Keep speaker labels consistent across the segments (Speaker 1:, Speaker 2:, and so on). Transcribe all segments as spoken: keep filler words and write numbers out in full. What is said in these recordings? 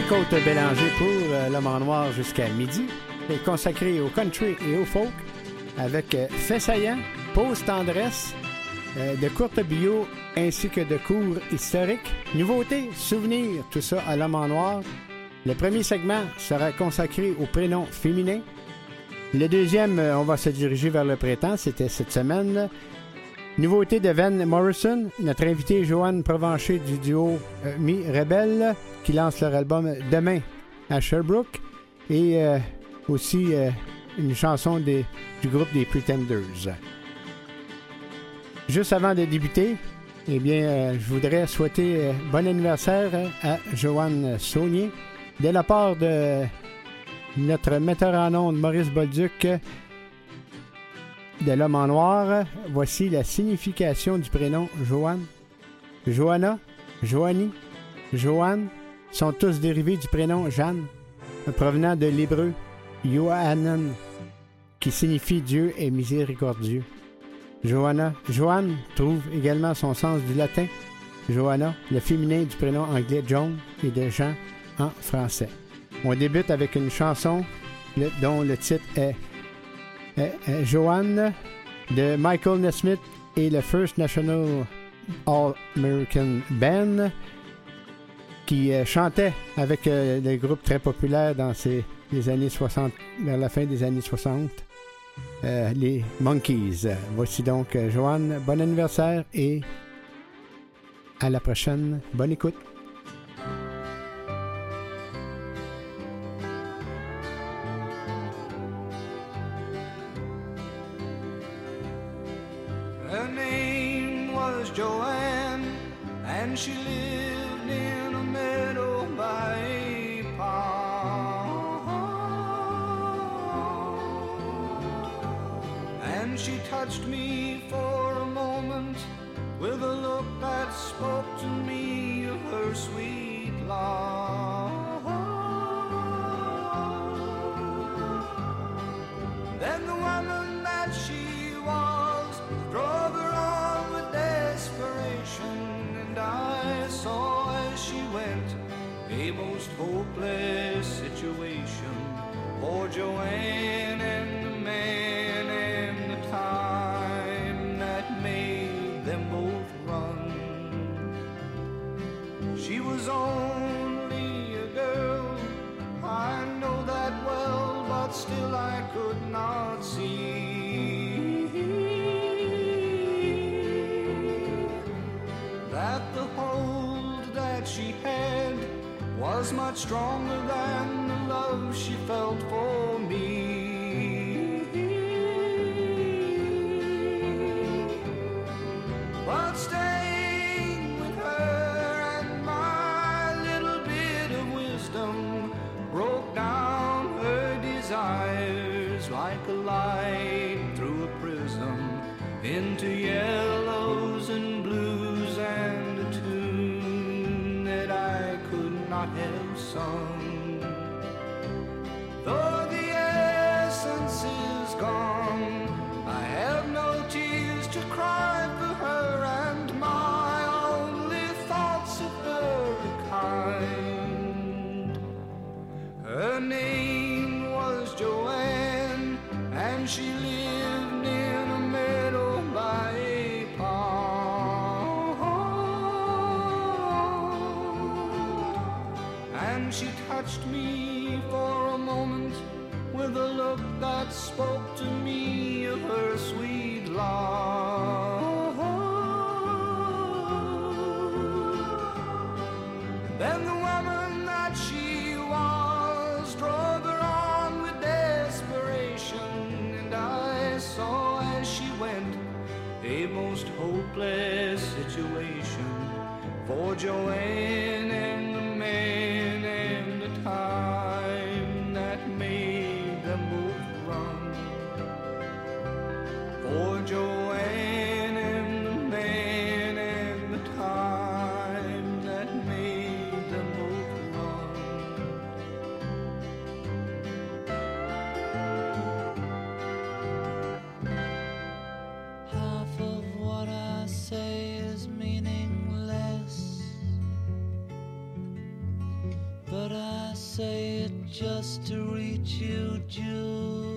Speaker 1: Côte Bélanger pour euh, L'Homme en Noir jusqu'à midi, est consacré au country et au folk, avec euh, Fait saillant, Pause tendresse, euh, de courtes bio ainsi que de cours historiques, nouveautés, souvenirs, tout ça à L'Homme en Noir. Le premier segment sera consacré au prénom féminin. Le deuxième, euh, on va se diriger vers le printemps, c'était cette semaine. Nouveauté de Van Morrison, notre invité Joanne Provencher du duo euh, Mi Rebelle, qui lance leur album demain à Sherbrooke, et euh, aussi euh, une chanson des, du groupe des Pretenders. Juste avant de débuter, eh bien, euh, je voudrais souhaiter euh, bon anniversaire à Joanne Saunier, de la part de notre metteur en ondes Maurice Bolduc, de L'Homme en Noir. Voici la signification du prénom Joanne. Johanna, Joanie, Joanne sont tous dérivés du prénom Jeanne, provenant de l'hébreu Yohanan, qui signifie Dieu est miséricordieux. Johanna, Joanne trouve également son sens du latin. Johanna, le féminin du prénom anglais John et de Jean en français. On débute avec une chanson le, dont le titre est Euh, euh, Joanne de Michael Nesmith et le First National All-American Band, qui euh, chantait avec euh, le groupe très populaire dans ces, les années soixante, vers la fin des années soixante, euh, les Monkees. Voici donc euh, Joanne, bon anniversaire et à la prochaine. Bonne écoute.
Speaker 2: Joanne, and she lived in a meadow by a pond. And she touched me for a moment with a look that spoke to me of her sweet love. Then the woman that she was drove her on with desperation, and I saw as she went a most hopeless situation for Joanne and the man and the time that made them both run. She was only a girl, I know that well, but still I could not see that the hold that she had was much stronger than the love she felt for me. But staying with her and my little bit of wisdom broke down her desires like a light through a prism into yellows and blues and a tune that I could not have sung. Though the essence is gone, I have no tears to cry for her, and my only thoughts of her are kind. Her name was Joanne, and she lived in a meadow by a pond. And she touched me for a moment with a look that spoke to me of her sweet love. Then the woman that she was drove her on with desperation, and I saw as she went a most hopeless situation for Joanne and the man and the time that made them both run. For Joanne and the man and the time that made them both run.
Speaker 3: Half of what I say is meaningless. say it just to reach you, Julia.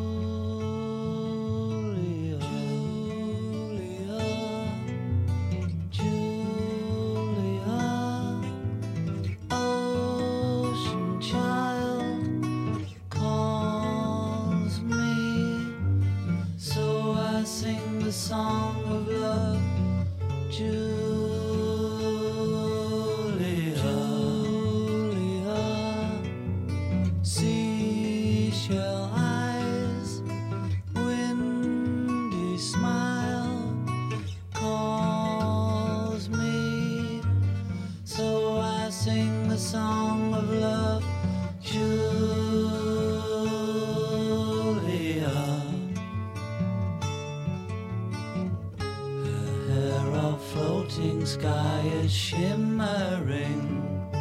Speaker 3: Julia, Julia, ocean child calls me, so I sing the song of love, Julia. Seashell eyes, windy smile calls me, so I sing the song of love, Julia. Her hair of floating sky is shimmering,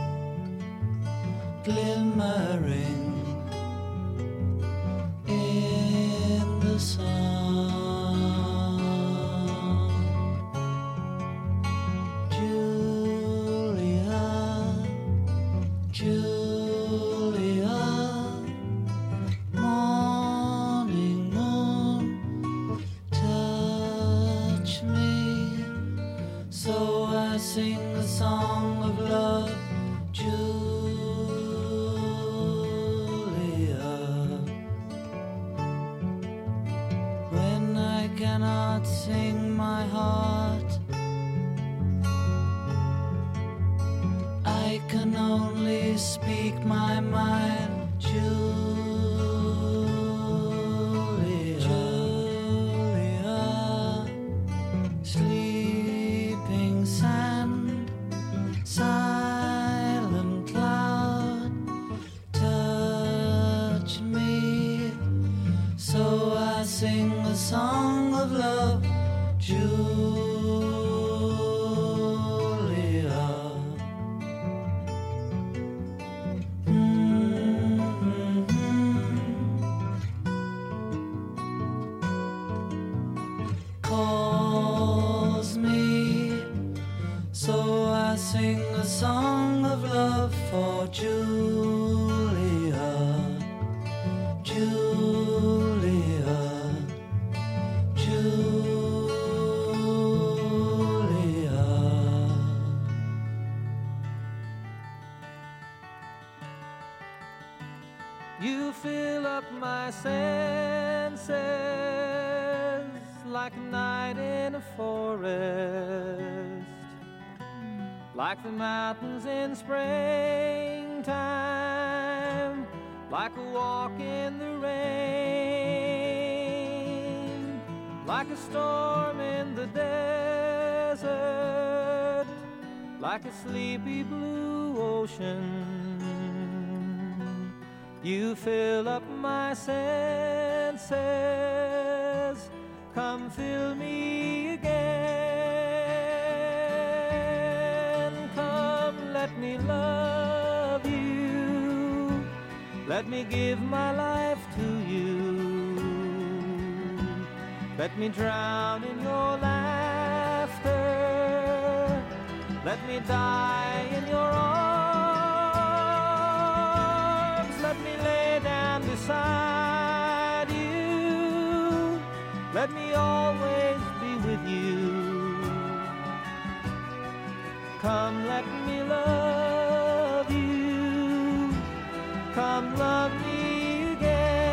Speaker 3: glimmering in the sun. Julia, Julia, morning moon, touch me, so I sing the song of love, Julia. Cannot sing my heart, I can only speak my mind, Julia, Julia, sleeping sand, silent cloud, touch me, so I sing the song of love, Julia. Mm-hmm. Calls me, so I sing a song of love for Julia, Julia, Julia.
Speaker 4: You fill up my senses like a night in a forest, like the mountains in springtime, like a walk in the rain, like a storm in the desert, like a sleepy blue ocean. You fill up my senses, come fill me again. Come, let me love you, let me give my life to you. Let me drown in your laughter, let me die in your arms. Let me lay down beside you, let me always be with you. Come, let me love you, come love me again.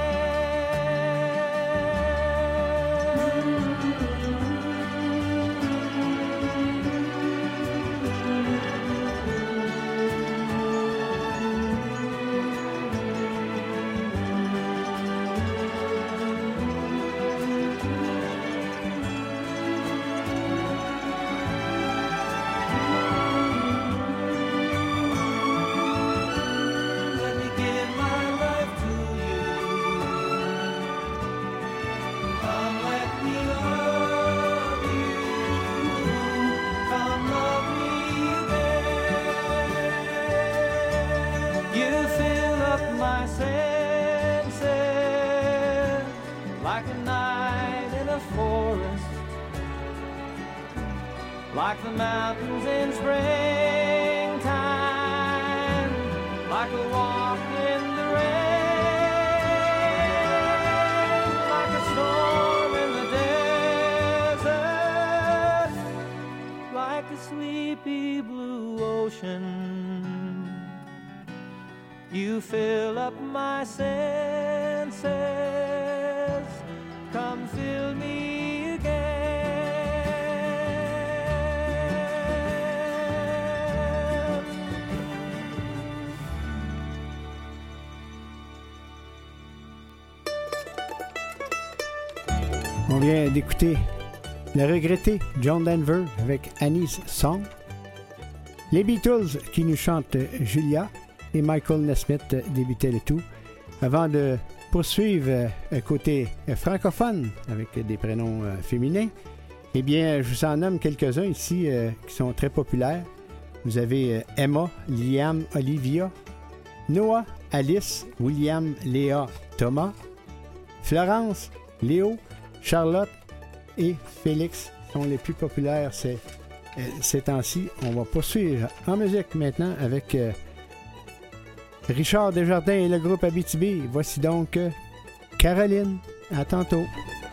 Speaker 4: Like the mountains in springtime, like a walk in the rain, like a storm in the desert, like a sleepy blue ocean. You fill up my senses, come fill me again.
Speaker 1: On vient d'écouter le regretté John Denver avec Annie's Song, les Beatles qui nous chantent Julia et Michael Nesmith débutaient le tout, avant de poursuivre euh, côté euh, francophone avec des prénoms euh, féminins. Eh bien, je vous en nomme quelques-uns ici euh, qui sont très populaires. Vous avez euh, Emma, Liam, Olivia, Noah, Alice, William, Léa, Thomas, Florence, Léo, Charlotte et Félix sont les plus populaires ces, euh, ces temps-ci. On va poursuivre en musique maintenant avec euh, Richard Desjardins et le groupe Abitibi. Voici donc euh, Caroline. À tantôt.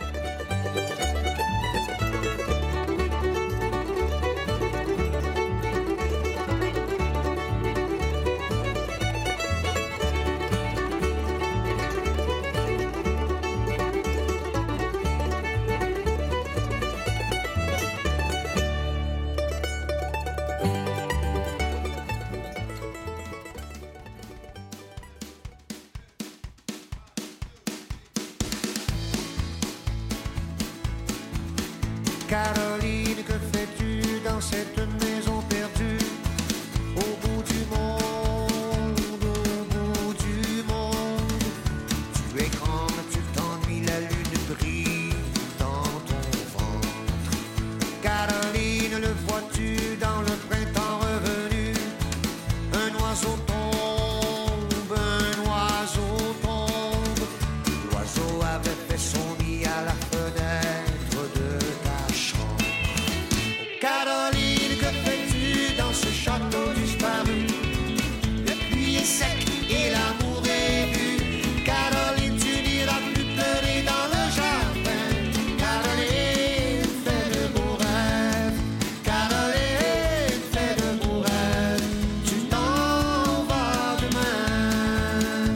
Speaker 2: Caroline, que fais-tu dans cette maison perdue? Au bout du monde, au bout du monde. Tu es grande, tu t'ennuies, la lune brille dans ton ventre. Caroline, le vois-tu dans le printemps revenu? Un oiseau tombe, un oiseau tombe. L'oiseau avait fait son nid à la fenêtre de ta chambre. Caroline, que fais-tu dans ce château disparu? Le puits est sec et l'amour est vu. Caroline, tu n'iras plus pleurer dans le jardin. Caroline, fais de beaux rêves. Caroline, fais de beaux rêves. Tu t'en vas demain.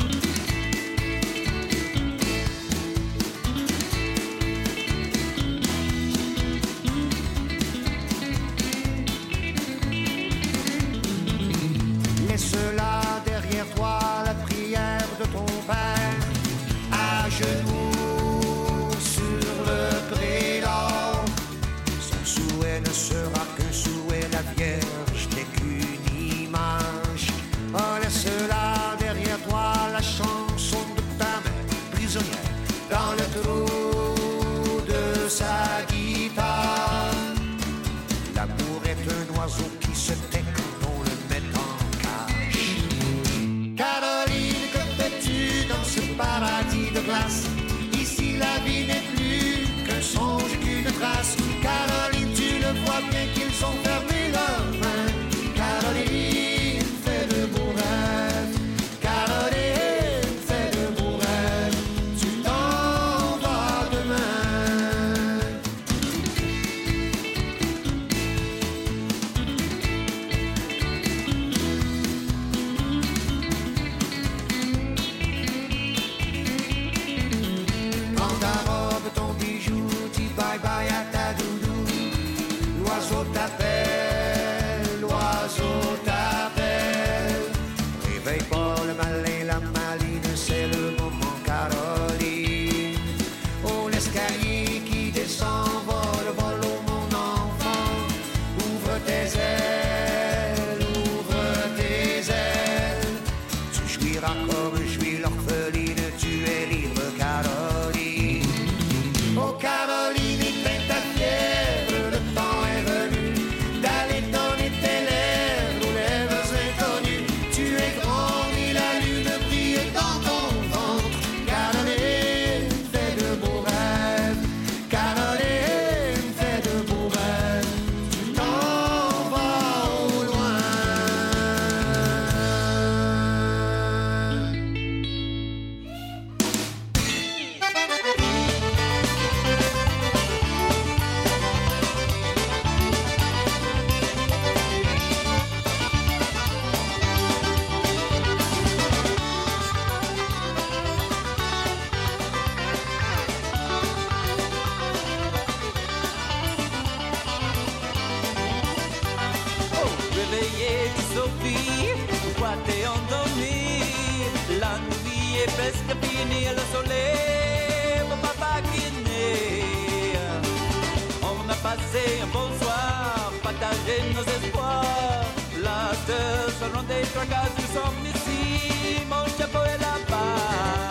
Speaker 2: Laisse-la derrière toi, la prière de ton père, à genoux sur le prélat. Son souhait ne sera qu'un souhait, la Vierge n'est qu'une image. Oh, laisse-la derrière toi, la chanson de ta mère prisonnière dans le trou de sa guitare. L'amour est un oiseau qui se tait quand on le met en cage. Caroline, que fais-tu dans ce paradis de glace? Ici la vie n'est plus qu'un songe, qu'une trace. Caroline, tu le vois bien qu'ils ont fermé leurs mains. Caroline, fais de beaux rêves. Caroline, fais de beaux rêves. Tu t'en vas demain. Prends ta robe, ton bijou, dis bye bye à ta doudou. L'oiseau t'appelle, l'oiseau t'appelle. Réveille pas le malin, la maline, c'est le moment, Caroline. Oh, l'escalier qui descend, vole, vole, oh mon enfant. Ouvre tes ailes, ouvre tes ailes. Tu jouiras comme jouit l'orpheline, tu es libre, Caroline. Oh, Caroline, éteins ta fièvre, le temps est venu
Speaker 3: et Sophie, pourquoi t'es endormi? La nuit est presque finie, le soleil va pas vaquiner. On a passé un bon soir, partagé nos espoirs. Là, ce seront des tracas, nous sommes ici, mon chapeau est là-bas.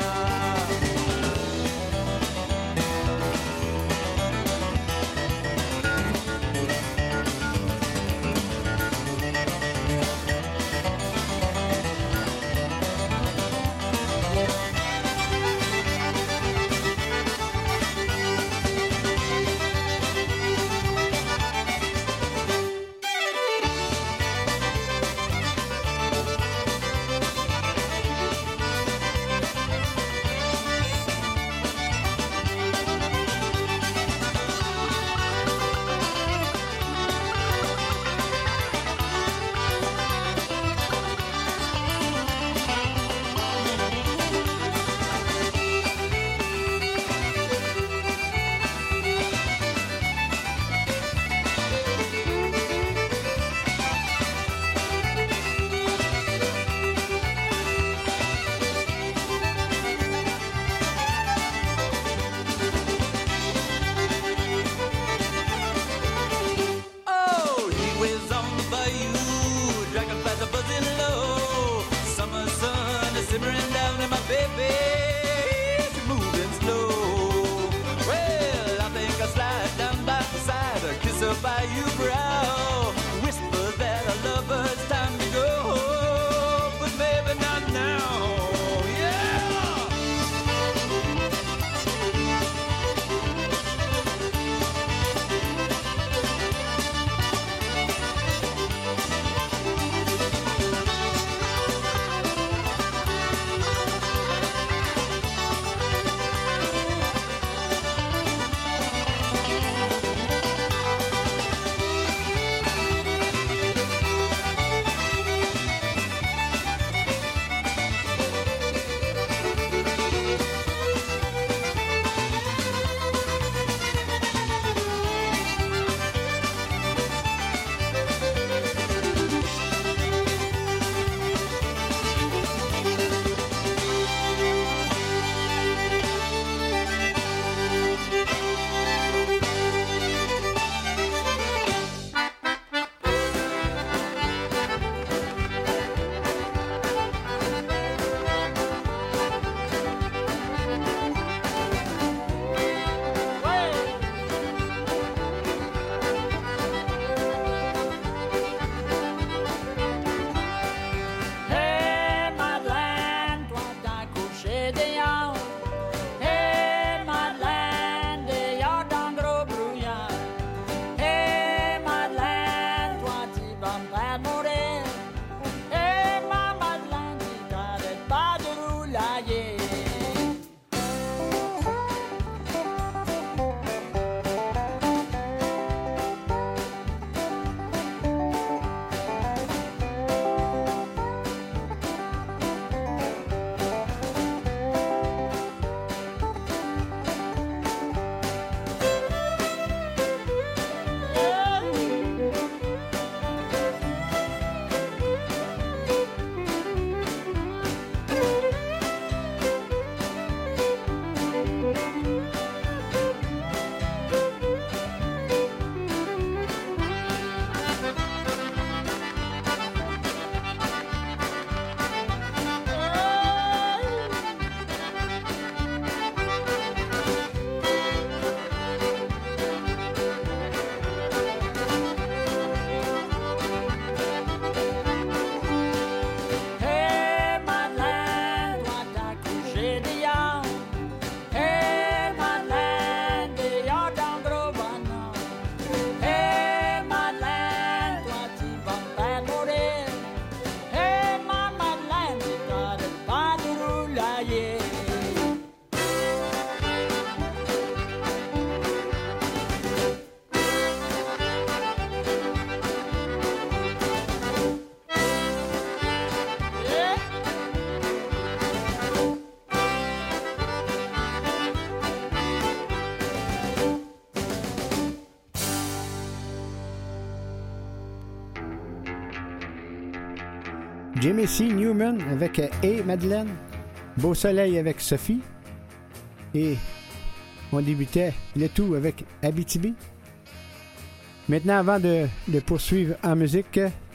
Speaker 1: Jimmy C. Newman avec Hey Madeleine. Beau Soleil avec Sophie. Et on débutait le tout avec Abitibi. Maintenant, avant de, de poursuivre en musique,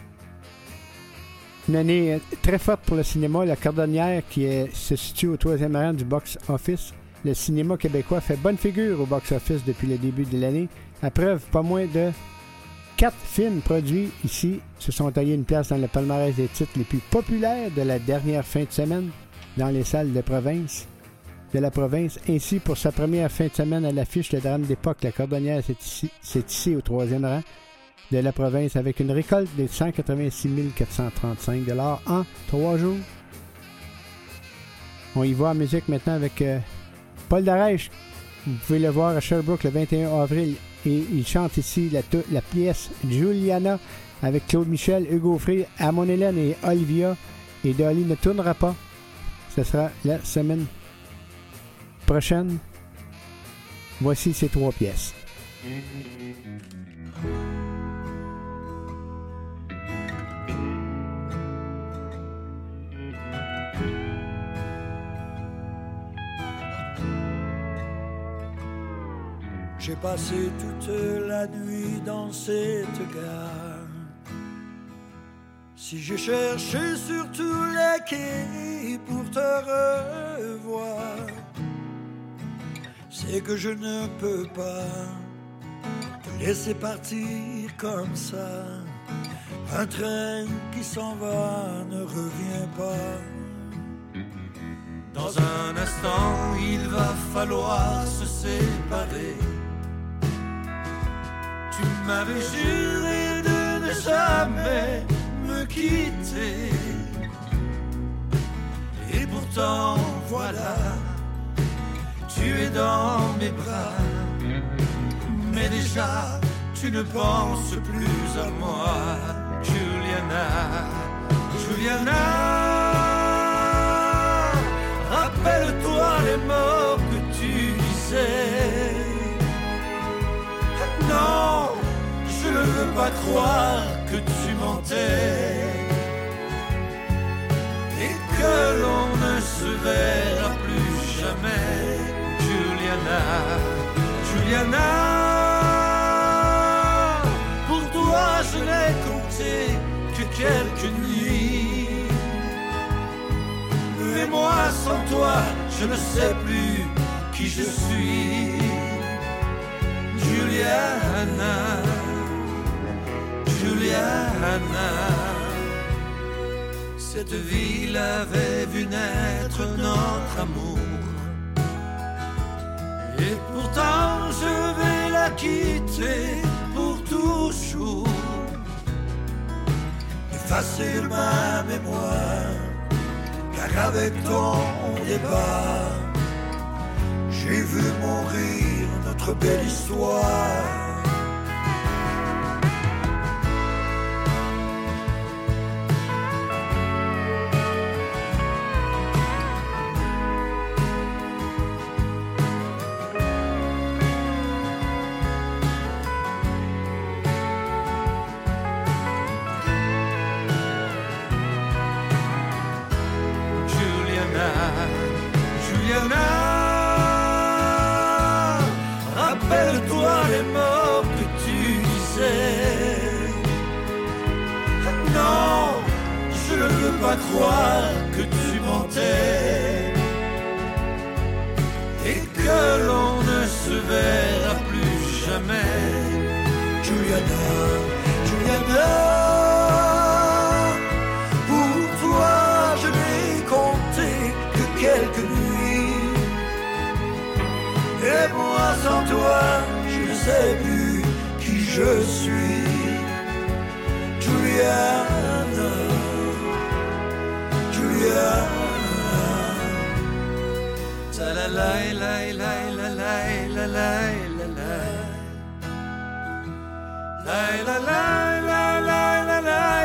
Speaker 1: une année très forte pour le cinéma, La Cordonnière, qui est, se situe au troisième rang du box-office. Le cinéma québécois fait bonne figure au box-office depuis le début de l'année. À preuve, pas moins de quatre films produits ici se sont taillés une place dans le palmarès des titres les plus populaires de la dernière fin de semaine dans les salles de province. de la province. Ainsi, pour sa première fin de semaine à l'affiche, le drame d'époque, La Cordonnière s'est ici, s'est ici au troisième rang de la province avec une récolte de cent quatre-vingt-six mille quatre cent trente-cinq dollars en trois jours. On y va en musique maintenant avec euh, Paul Darèche. Vous pouvez le voir à Sherbrooke le vingt et un avril et il chante ici la, la pièce Juliana avec Claude Michel, Hugo Frey, Amon Hélène et Olivia. Et Dolly ne tournera pas. Ce sera la semaine prochaine. Voici ces trois pièces.
Speaker 5: J'ai passé toute la nuit dans cette gare. Si j'ai cherché sur tous les quais pour te revoir, c'est que je ne peux pas te laisser partir comme ça. Un train qui s'en va ne revient pas.
Speaker 3: Dans un instant, il va falloir se séparer. Tu m'avais juré de ne jamais me quitter. Et pourtant, voilà, tu es dans mes bras. Mais déjà, tu ne penses plus à moi. Juliana, Juliana, rappelle-toi les mots que tu disais. Non, je ne veux pas croire que tu mentais et que l'on ne se verra plus jamais. Juliana, Juliana, pour toi je n'ai compté que quelques nuits. Et moi sans toi, je ne sais plus qui je suis. Juliana, Juliana, cette ville avait vu naître notre amour. Et pourtant je vais la quitter pour toujours. Effacer ma mémoire, car avec ton départ, j'ai vu mourir notre belle histoire. Croire que tu mentais et que l'on ne se verra plus jamais. Juliana, Juliana, pour toi je n'ai compté que quelques nuits. Et moi sans toi, je ne sais plus qui je suis. Juliana, la la la la la la la la la la la la la la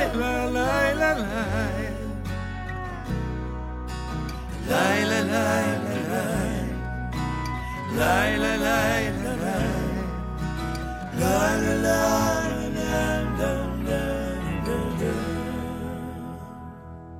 Speaker 3: la la la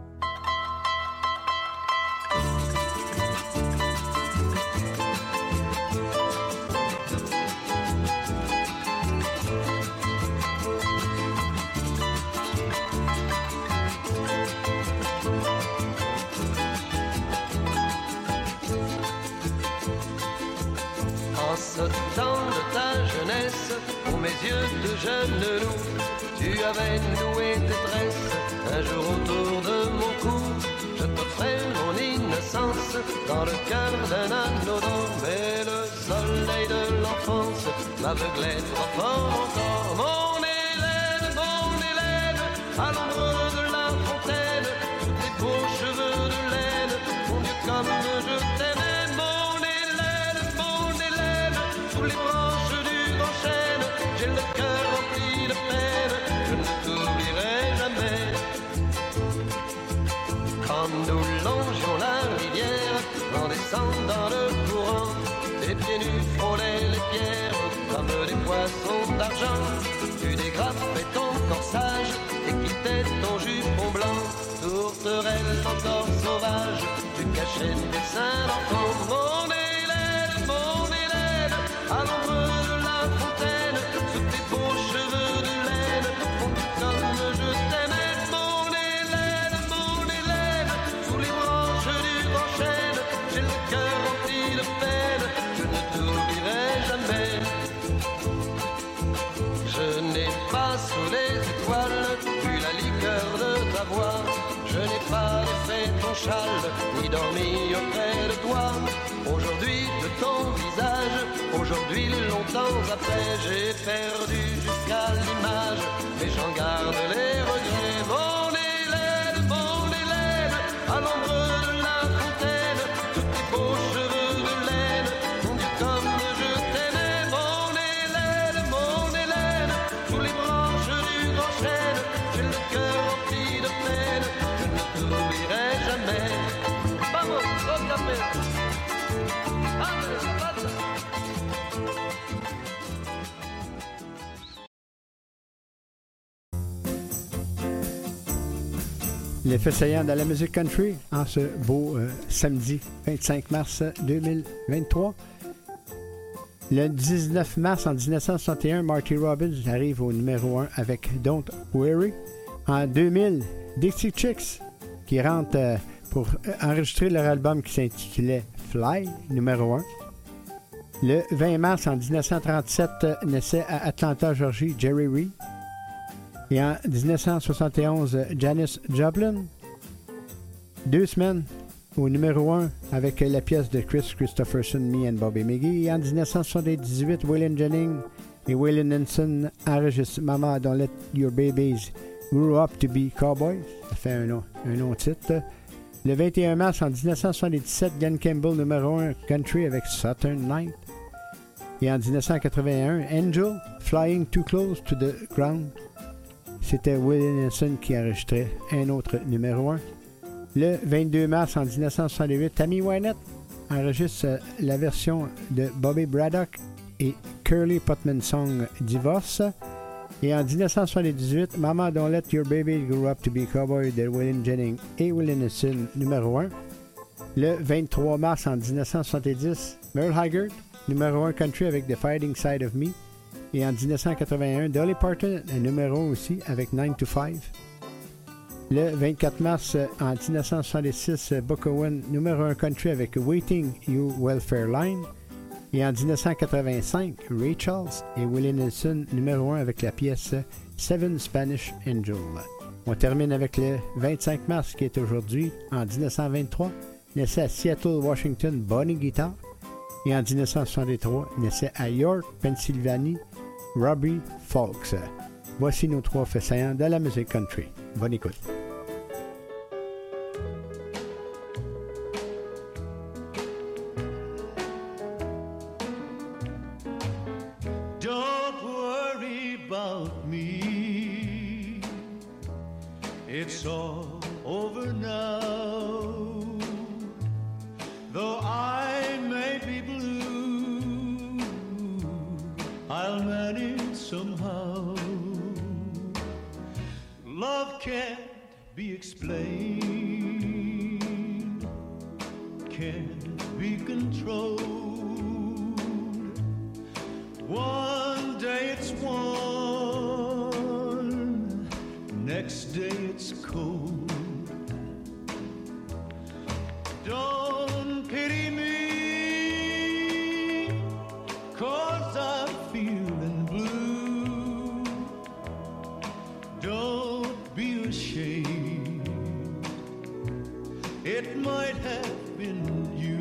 Speaker 6: En ce temps de ta jeunesse, pour mes yeux de jeune loup, tu avais noué tes tresses un jour autour de mon cou. Je t'offrais mon innocence dans le cœur d'un anodin, mais le soleil de l'enfance m'aveuglait trop fort encore. Mon Hélène, mon Hélène, à l'ombre de la fontaine, sous tes beaux cheveux de laine, mon Dieu comme je t'aimais. Mon Hélène, mon Hélène, sous les branches du grand chêne, j'ai le cœur rempli de peine, je ne t'oublierai jamais. Quand nous longions la rivière, en descendant le courant, tes pieds nus frôlaient les pierres comme des poissons d'argent. Tu dégrafais ton corsage et quittais ton jupon blanc. Tourterelle encore sauvage, tu cachais tes seins d'enfant. Mon Hélène, mon Hélène, à l'ombre de la fontaine, sous tes beaux cheveux de laine, mon Dieu comme je t'aimais. Mon Hélène, mon Hélène, sous les branches du grand chêne, j'ai le cœur rempli de peine, je ne t'oublierai jamais. Je n'ai pas sous les étoiles bu la liqueur de ta voix, je n'ai pas défait ton châle, ni dormi auprès de toi. Aujourd'hui de ton visage, aujourd'hui longtemps après, j'ai perdu jusqu'à l'image, mais j'en garde les regrets. Mon Hélène, mon Hélène, à l'ombre de la fontaine, tous tes beaux cheveux de laine, mon Dieu comme je t'aimais. Mon Hélène, mon Hélène, sous les branches du grand chêne, j'ai le cœur rempli de peine, je ne t'oublierai jamais. Vamos, tócame. Ándale, pasa.
Speaker 1: Les faits saillants de la musique country en ce beau euh, samedi vingt-cinq mars deux mille vingt-trois. Le dix-neuf mars en dix-neuf cent soixante et un, Marty Robbins arrive au numéro un avec Don't Worry. En deux mille, Dixie Chicks qui rentre euh, pour enregistrer leur album qui s'intitulait Fly, numéro un. Le vingt mars en dix-neuf cent trente-sept, euh, naissait à Atlanta, Georgie, Jerry Reed. Et en dix-neuf cent soixante et onze, Janis Joplin. Deux semaines au numéro un avec la pièce de Chris Christopherson, Me and Bobby McGee. Et en dix-neuf cent soixante-dix-huit, Waylon Jennings et Waylon Nelson enregistrent Mama Don't Let Your Babies Grow Up to Be Cowboys. Ça fait un nom, un nom titre. Le vingt et un mars en dix-neuf cent soixante-dix-sept, Glen Campbell numéro un country avec Southern Night. Et en dix-neuf cent quatre-vingt-un, Angel, Flying Too Close to the Ground. C'était Willie Nelson qui enregistrait un autre numéro un. Le vingt-deux mars en dix-neuf cent soixante-huit, Tammy Wynette enregistre la version de Bobby Braddock et Curly Putman Song Divorce. Et en dix-neuf cent soixante-dix-huit, Mama Don't Let Your Baby Grow Up to Be Cowboy de Waylon Jennings et Willie Nelson numéro un. Le vingt-trois mars en dix-neuf cent soixante-dix, Merle Haggard numéro un country avec The Fighting Side of Me. Et en dix-neuf cent quatre-vingt-un, Dolly Parton, numéro un aussi, avec nine to five. Le vingt-quatre mars, en dix-neuf cent soixante-six, Buck Owen, numéro un country avec Waiting You Welfare Line. Et en dix-neuf cent quatre-vingt-cinq, Ray Charles et Willie Nelson, numéro un avec la pièce Seven Spanish Angels. On termine avec le vingt-cinq mars, qui est aujourd'hui, en dix-neuf cent vingt-trois, naissait à Seattle, Washington, Bonnie Guitar. Et en dix-neuf cent soixante-trois, naissait à York, Pennsylvanie, Robbie Fawkes. Voici nos trois faits saillants de la musique country. Bonne écoute.
Speaker 7: Don't worry about me. It's all over now. Though I may be blue, I'll manage somehow. Love can't be explained, can't be controlled. One day it's warm, next day it's cold. Don't pity me, ashamed. It might have been you.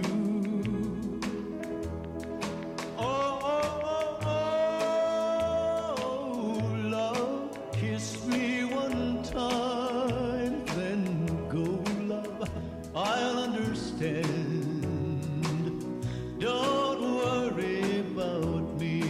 Speaker 7: Oh, oh, oh, oh, love, kiss me one time, then go, love, I'll understand. Don't worry about me.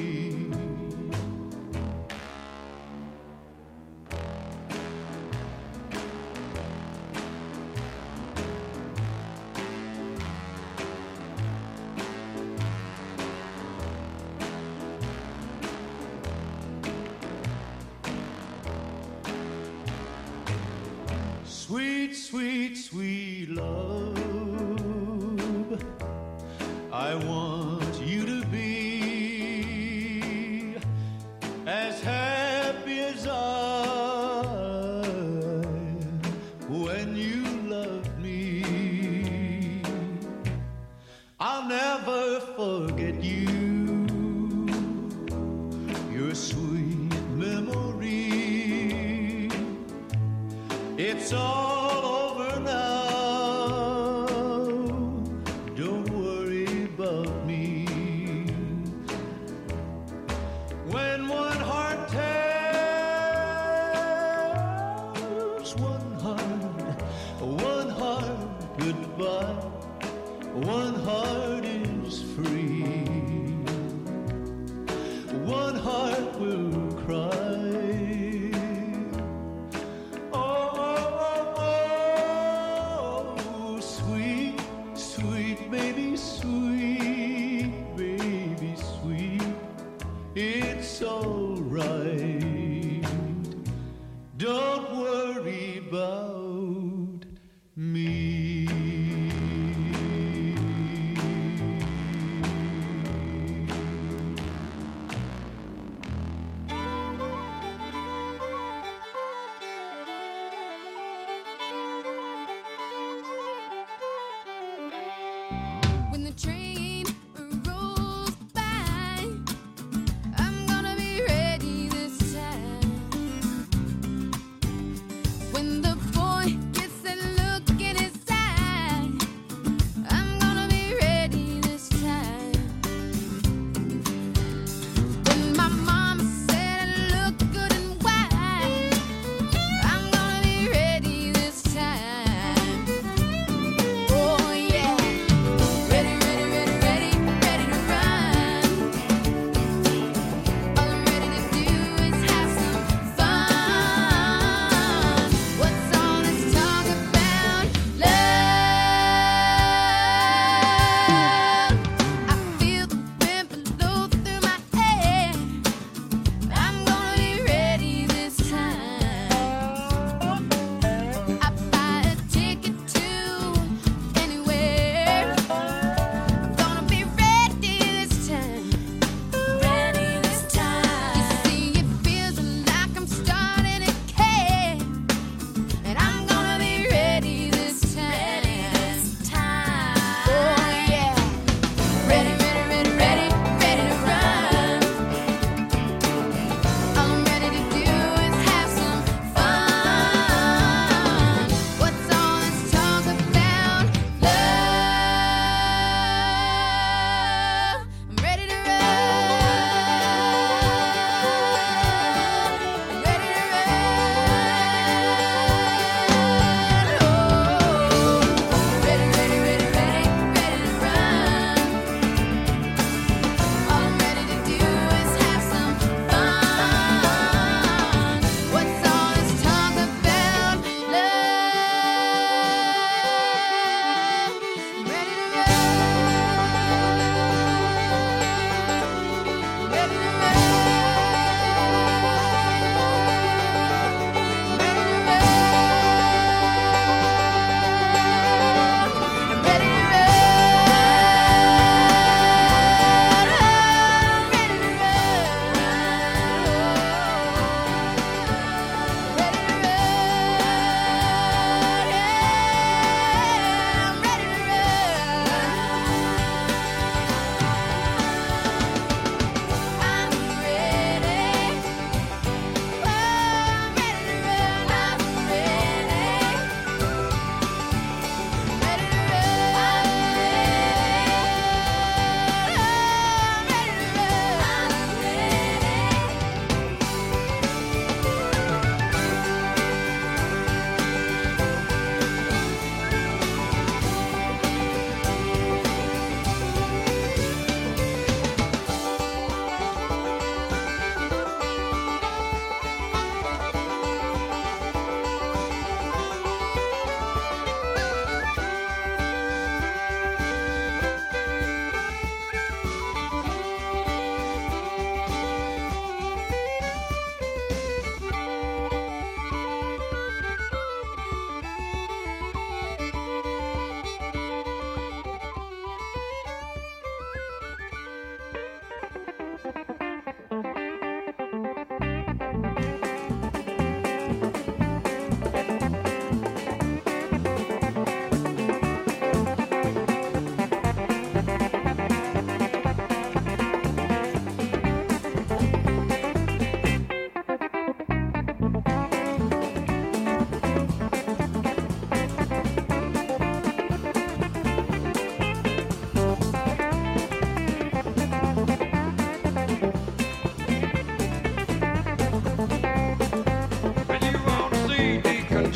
Speaker 7: Sweet, sweet, sweet love, I want you to be as happy as I when you love me. I'll never forget you, your sweet memory. It's all over now. Don't worry about me. When one heart tells one heart, one heart goodbye, one heart is free. One heart will cry. It's all right. Don't worry about me.
Speaker 8: When the train rolls by, when the boy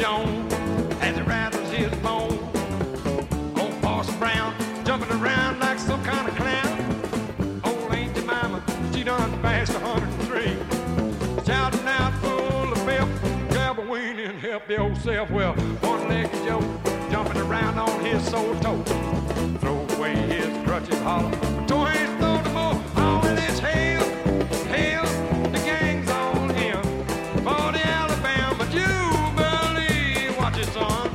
Speaker 9: Jones as he rattles his bone. Old Parson Brown jumping around like some kind of clown. Old Aunt Jemima, she done passed one hundred three. Shouting out full of pep, grab a weenie and help the old self. Well, one-legged Joe jumping around on his sore toe. Throw away his crutches, holler, tore his throat to more. All in this hail, hail, the gang's on him. For the Alabama Jubilee, watch it, son.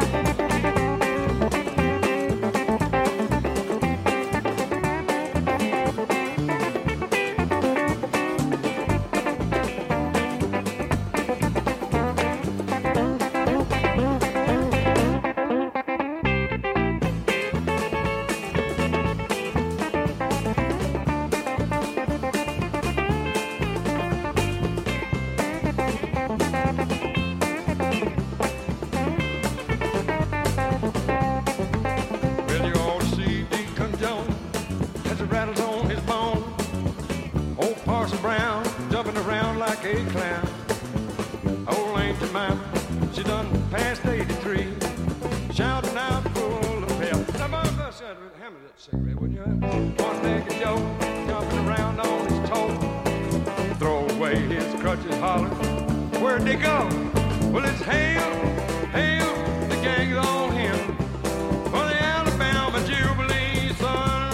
Speaker 9: Where'd they go? Well, it's hail, hail, the gang's on him. For the Alabama Jubilee, son.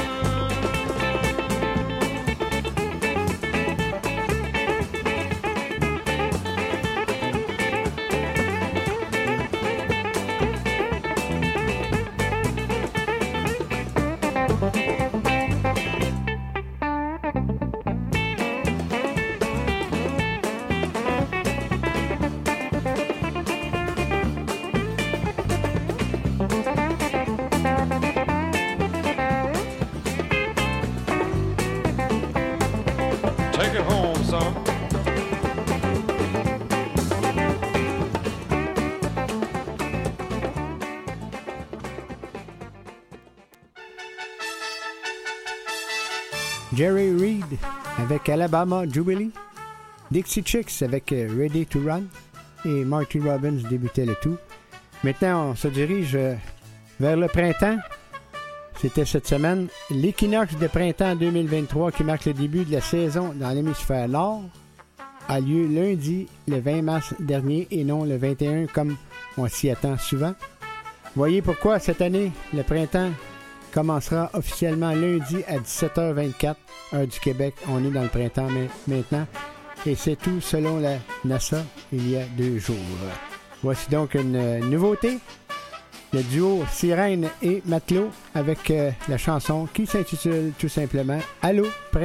Speaker 1: Jerry Reed avec Alabama Jubilee, Dixie Chicks avec Ready to Run et Marty Robbins débutait le tout. Maintenant, on se dirige vers le printemps. C'était cette semaine. L'équinoxe de printemps deux mille vingt-trois qui marque le début de la saison dans l'hémisphère nord a lieu lundi le vingt mars dernier et non le vingt et un comme on s'y attend souvent. Voyez pourquoi cette année, le printemps commencera officiellement lundi à dix-sept heures vingt-quatre, heure du Québec. On est dans le printemps maintenant. Et c'est tout selon la NASA il y a deux jours. Voici donc une nouveauté. Le duo Sirène et Matelot avec euh, la chanson qui s'intitule tout simplement « Allô, printemps ».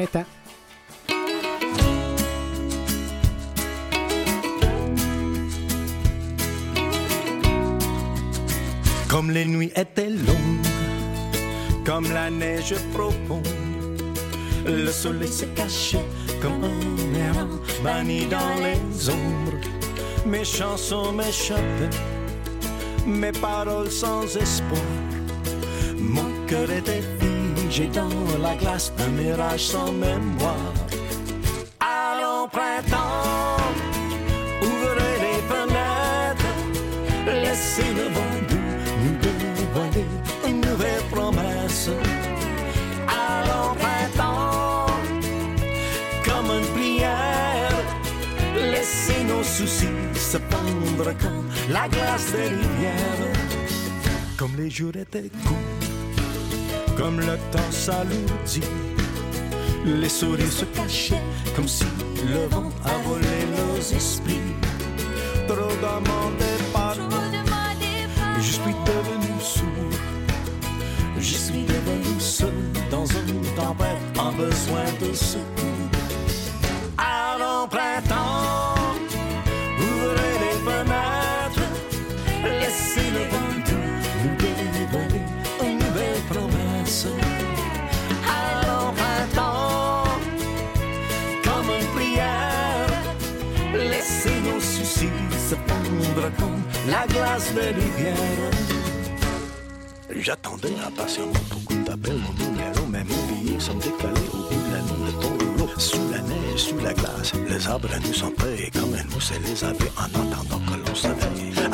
Speaker 10: Comme les nuits étaient longues, comme la neige profonde, le soleil se cachait comme un errant banni dans les ombres. Mes chansons m'échappaient, mes paroles sans espoir. Mon cœur était figé dans la glace, un mirage sans mémoire. Allons printemps, ouvrez les fenêtres, laissez le vent doux nous dévoiler une nouvelle promesse. Allons printemps, comme une prière, laissez nos soucis se pendre comme la glace des rivières. Comme les jours étaient courts, comme le temps s'alourdit, les sourires se cachaient comme si le vent a volé nos esprits. Trop d'amants départent, je suis devenu sourd, je suis devenu seul dans une tempête en besoin de secours. Allons printemps, ouvrez les fenêtres, laissez le vent doux nous dévoiler une nouvelle promesse. Allons printemps, comme une prière, laissez nos soucis se fondre comme la glace des rivières. J'attendais impatiemment beaucoup d'appels, mon numéro, mais mon billet semble décalé au bout de la nuit de ton rouleau. Sous la neige, sous la glace, les arbres nous sont prêts comme un mousse et les abeilles en attendant que l'on se veille. À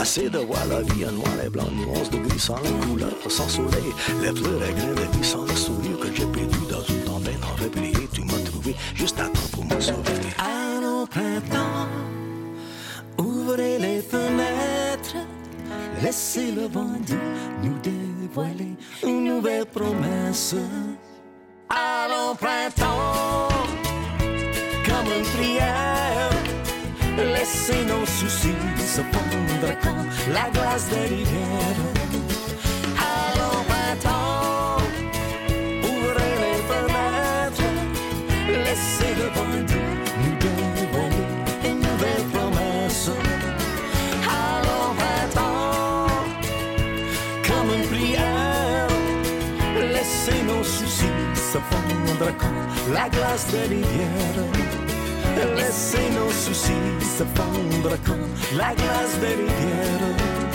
Speaker 10: Assez de voir la vie en noir et blanc, nuance de gris sans couleur, sans soleil. Les fleurs à grains de vie sans le sourire que j'ai perdu dans une tempête en réveillé. Tu m'as trouvé juste à temps pour me sauver.
Speaker 11: Allons printemps, ouvrez les fenêtres, laissez le vent doux nous dévoiler une nouvelle promesse. Allons printemps, comme une prière, laissez nos soucis se fondre comme la glace des rivières. Allons printemps, ouvrez les fenêtres, laissez le vent doux nous dévoiler une nouvelle promesse. Allons printemps, comme une prière, laissez nos soucis se fondre comme la glace des rivières. Laissez nos soucis se fondre comme la glace des rivières.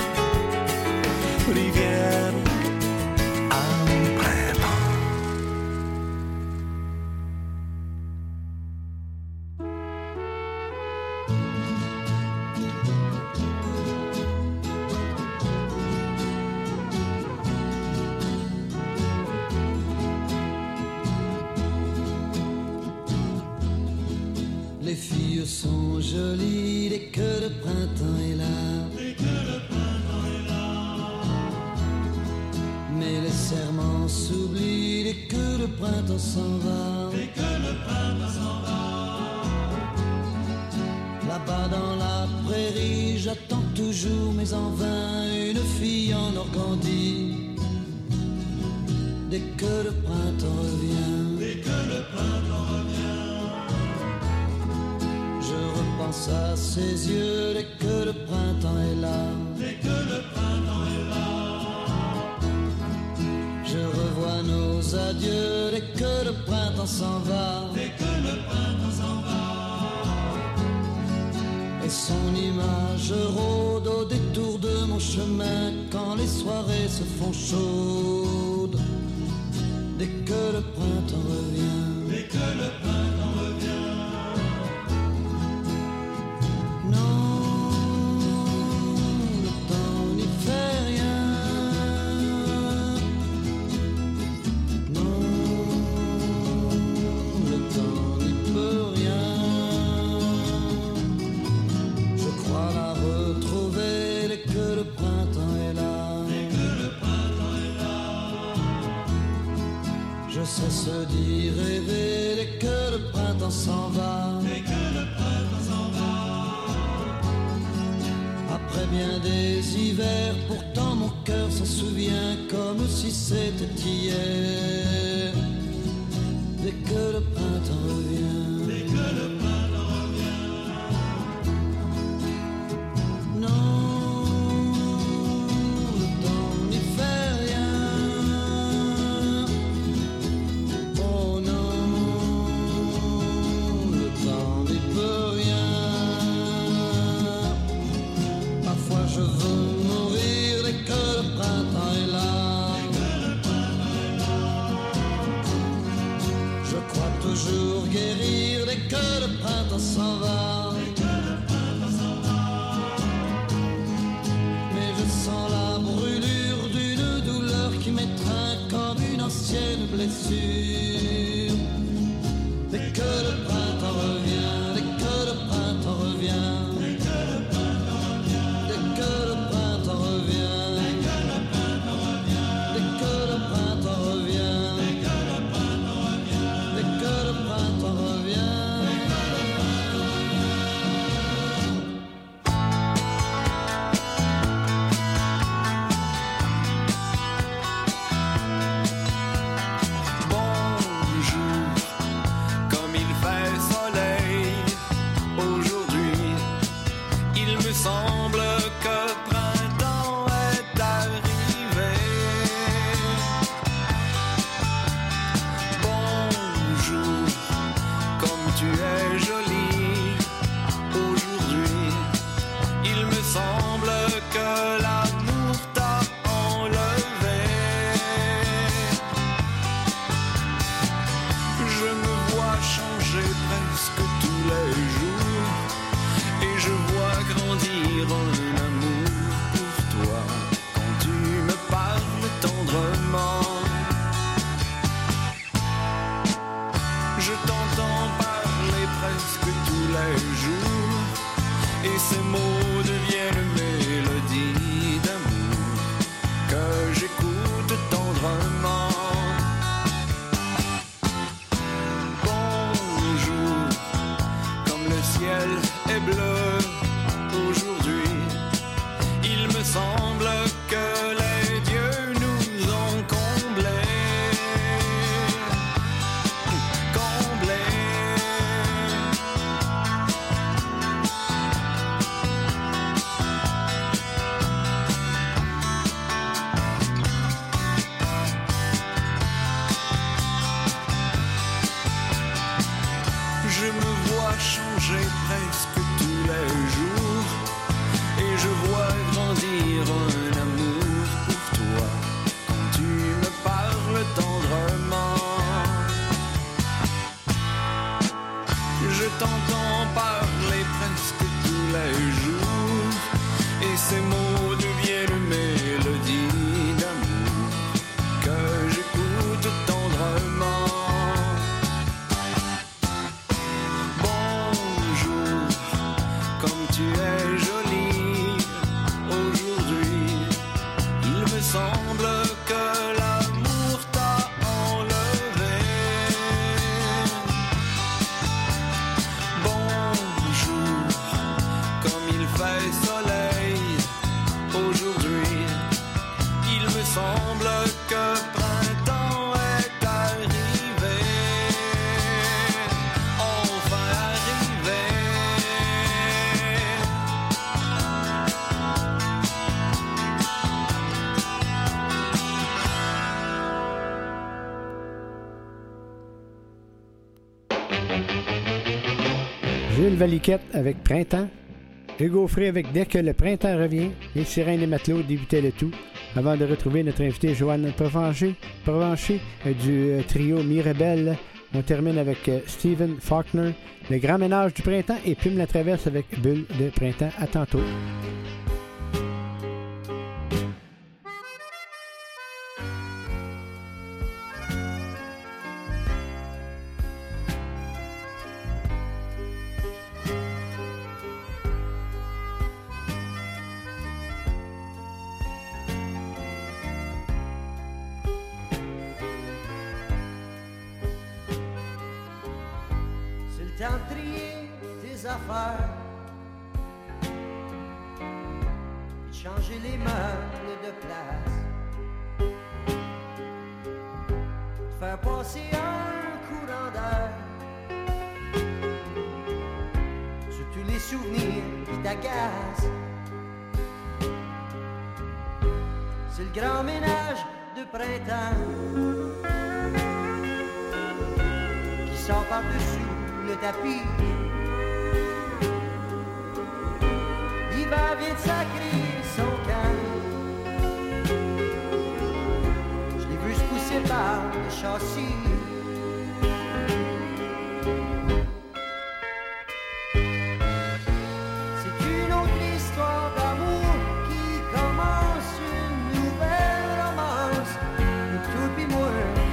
Speaker 11: Rivière en printemps.
Speaker 12: Les filles sont jolies dès que le printemps est là. Dès que le printemps est là. Mais les serments s'oublient dès que le printemps s'en va. Dès que le printemps s'en va. Là-bas dans la prairie, j'attends toujours, mais en vain, une fille en Organdie. Dès que le printemps revient. Dès que le printemps revient. Je repense à ses yeux dès que le printemps est là. Dès que le printemps est là. Je revois nos adieux dès que le printemps s'en va. Dès que le printemps s'en va. Et son image rôde au détour de mon chemin quand les soirées se font chaudes. Dès que le printemps revient. Dès que le printemps revient. Se dit rêver dès que le printemps s'en va. Dès que le printemps s'en va. Après bien des hivers, pourtant mon cœur s'en souvient comme si c'était hier. Dès que le printemps revient. Dès que le printemps revient. Non. Toujours guérir dès que le printemps s'en va. Dès que le printemps s'en va. Mais je sens la brûlure d'une douleur qui m'étreint comme une ancienne blessure. Dès que le printemps revient, dès que le printemps revient. Dès que le printemps revient. Dès que le printemps revient. Dès que le printemps revient. Dès que le printemps revient.
Speaker 11: Bon
Speaker 2: mots deviennent une mélodie d'amour que j'écoute tendrement. Bonjour, comme tu es jolie aujourd'hui. Il me semble que l'amour t'a enlevé. Bonjour, comme il fait soleil aujourd'hui. Il me semble que printemps est arrivé. Enfin arrivé.
Speaker 1: Jules Valiquette avec Printemps. Hugo Frey avec Dès que le printemps revient. Les Sirènes et Matelots débutaient le tout. Avant de retrouver notre invité Joanne Provencher, Provencher euh, du euh, trio Mirabelle. On termine avec euh, Stephen Faulkner, Le Grand Ménage du Printemps et Plume la Traverse avec Bulle de Printemps. À tantôt.
Speaker 12: C'est le temps de trier tes affaires, puis de changer les meubles de place, de faire passer un courant d'air sur tous les souvenirs qui t'agacent. C'est le grand ménage de printemps qui sort par-dessus le tapis. L'hiver vient de sacrer son camp. Je l'ai vu se pousser par le châssis. C'est une autre histoire d'amour qui commence une nouvelle romance. Toi pis moi.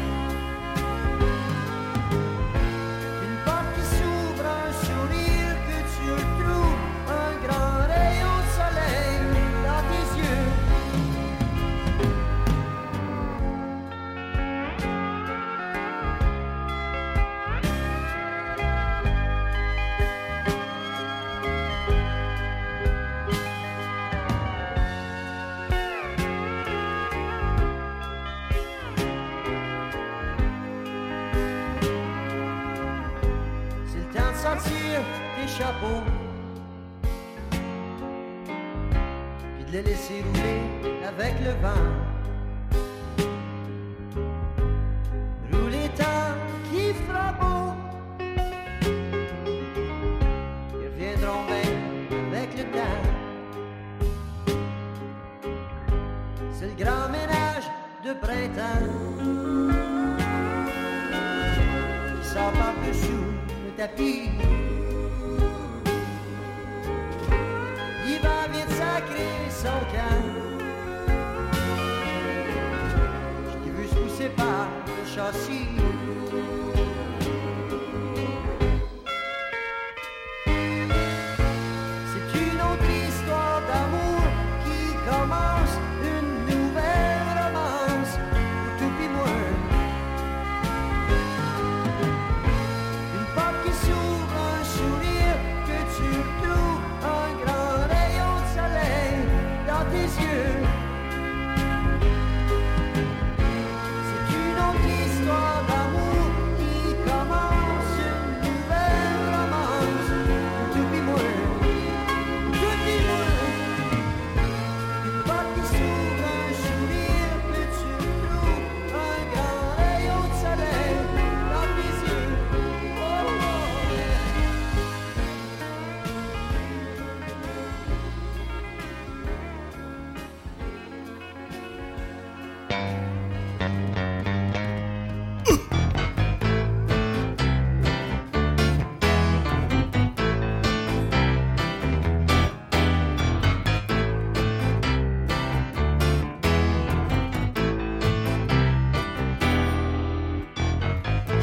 Speaker 12: Sortir tes chapeaux puis de les laisser rouler avec le vent. Rouler tant qu'il fera beau. Ils reviendront bien avec le temps. C'est le grand ménage de printemps qui sort par-dessous tapis. L'hiver vient de sacrer son camp. Je t'ai vu se pousser par le châssis. C'est une autre histoire d'amour qui commence une nouvelle romance. Tout pis moi. C'est une autre histoire d'amour.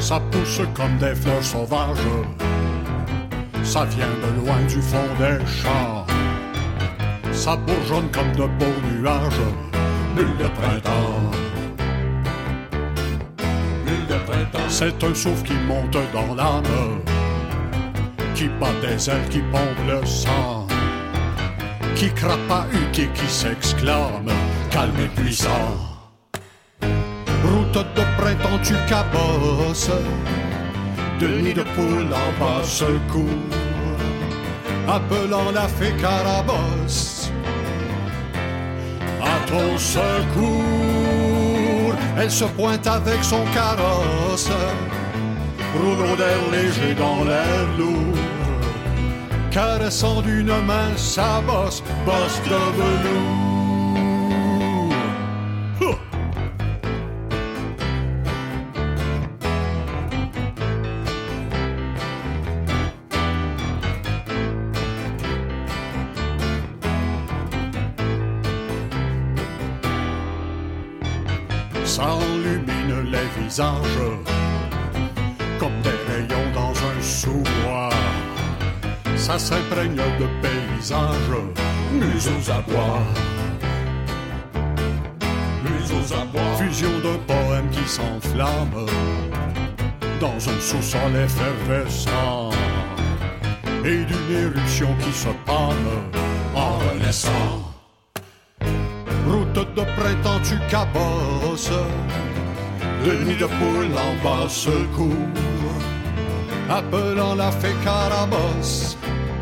Speaker 13: Ça pousse comme des fleurs sauvages. Ça vient de loin du fond des champs. Ça bourgeonne comme de beaux nuages. Bulle de printemps. Bulle de printemps. C'est un souffle qui monte dans l'âme, qui bat des ailes, qui pompe le sang, qui crapahute et qui s'exclame, calme et puissant. Route de printemps, tu cabosses, de nid de poule en bas secours, appelant la fée Carabosse. À ton secours, elle se pointe avec son carrosse, rouleau d'air léger dans l'air lourd, caressant d'une main sa bosse, bosse de velours. S'enlumine les visages comme des rayons dans un sous-bois. Ça s'imprègne de paysages, mus aux abois. Mus aux abois. Fusion d'un poème qui s'enflamme dans un sous-sol effervescent et d'une éruption qui se pâme en renaissant. Route de printemps, tu cabosses, de nid de poule en bas secours, appelant la fée Carabosse.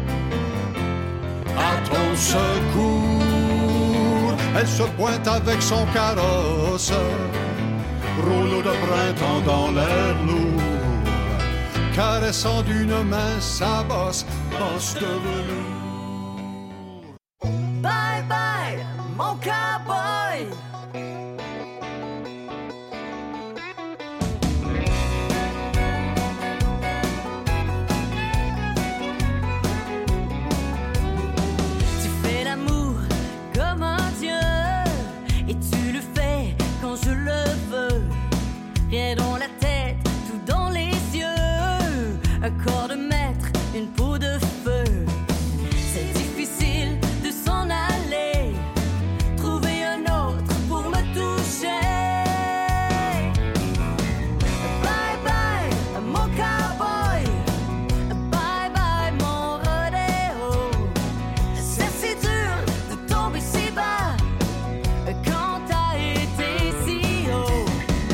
Speaker 13: À ton secours, elle se pointe avec son carrosse, rouleau de printemps dans l'air lourd, caressant d'une main sa bosse, bosse de velours.
Speaker 14: Bye bye, mon cowboy.
Speaker 15: Tu fais l'amour comme un dieu et tu le fais quand je le veux. Rien dans la tête, tout dans les yeux. Un corps de maître, une peau de feu. C'est difficile de s'en aller, trouver un autre pour me toucher. Bye bye, mon cowboy. Bye bye, mon rodéo. C'est si dur de tomber si bas quand t'as été si haut.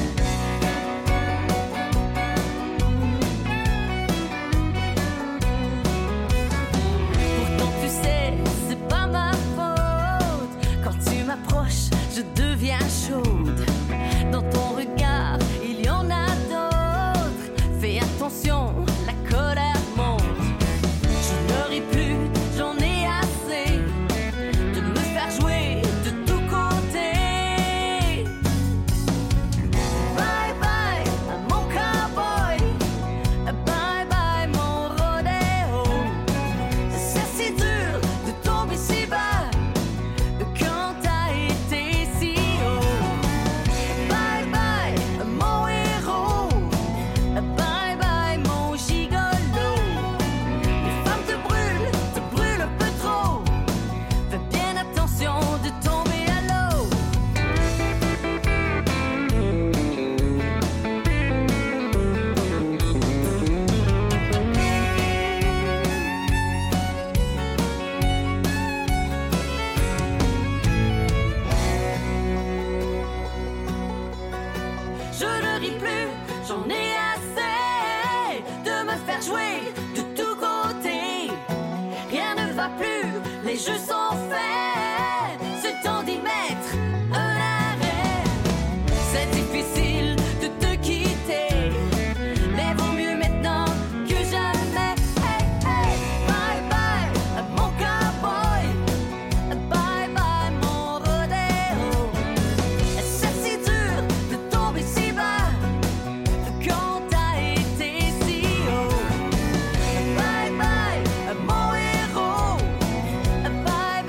Speaker 15: Pourtant tu sais, c'est pas ma faute. Quand tu m'approches, je deviens chaude. Dans ton regard, il y en a d'autres. Fais attention, la colère monte. Je ne ris plus, j'en ai assez de me faire jouer de tous côtés. Bye bye, mon cowboy. Bye bye, mon rodéo. C'est si dur de tomber si bas quand t'as été si haut. Bye bye, mon héros. Bye bye, mon gigolo. Les femmes te brûlent, te brûlent un peu trop. Fais bien attention de tomber à l'eau. Je ne ris plus, j'en ai assez de me faire jouer de tous côtés. Rien ne va plus, les jeux sont faits. C'est temps d'y mettre un arrêt. C'est difficile de te quitter, mais vaut mieux maintenant que jamais. Hey, hey. Bye bye, mon cowboy. Bye bye, mon rodéo. C'est si dur de tomber si bas quand t'as été si haut. Bye bye, mon héros. Bye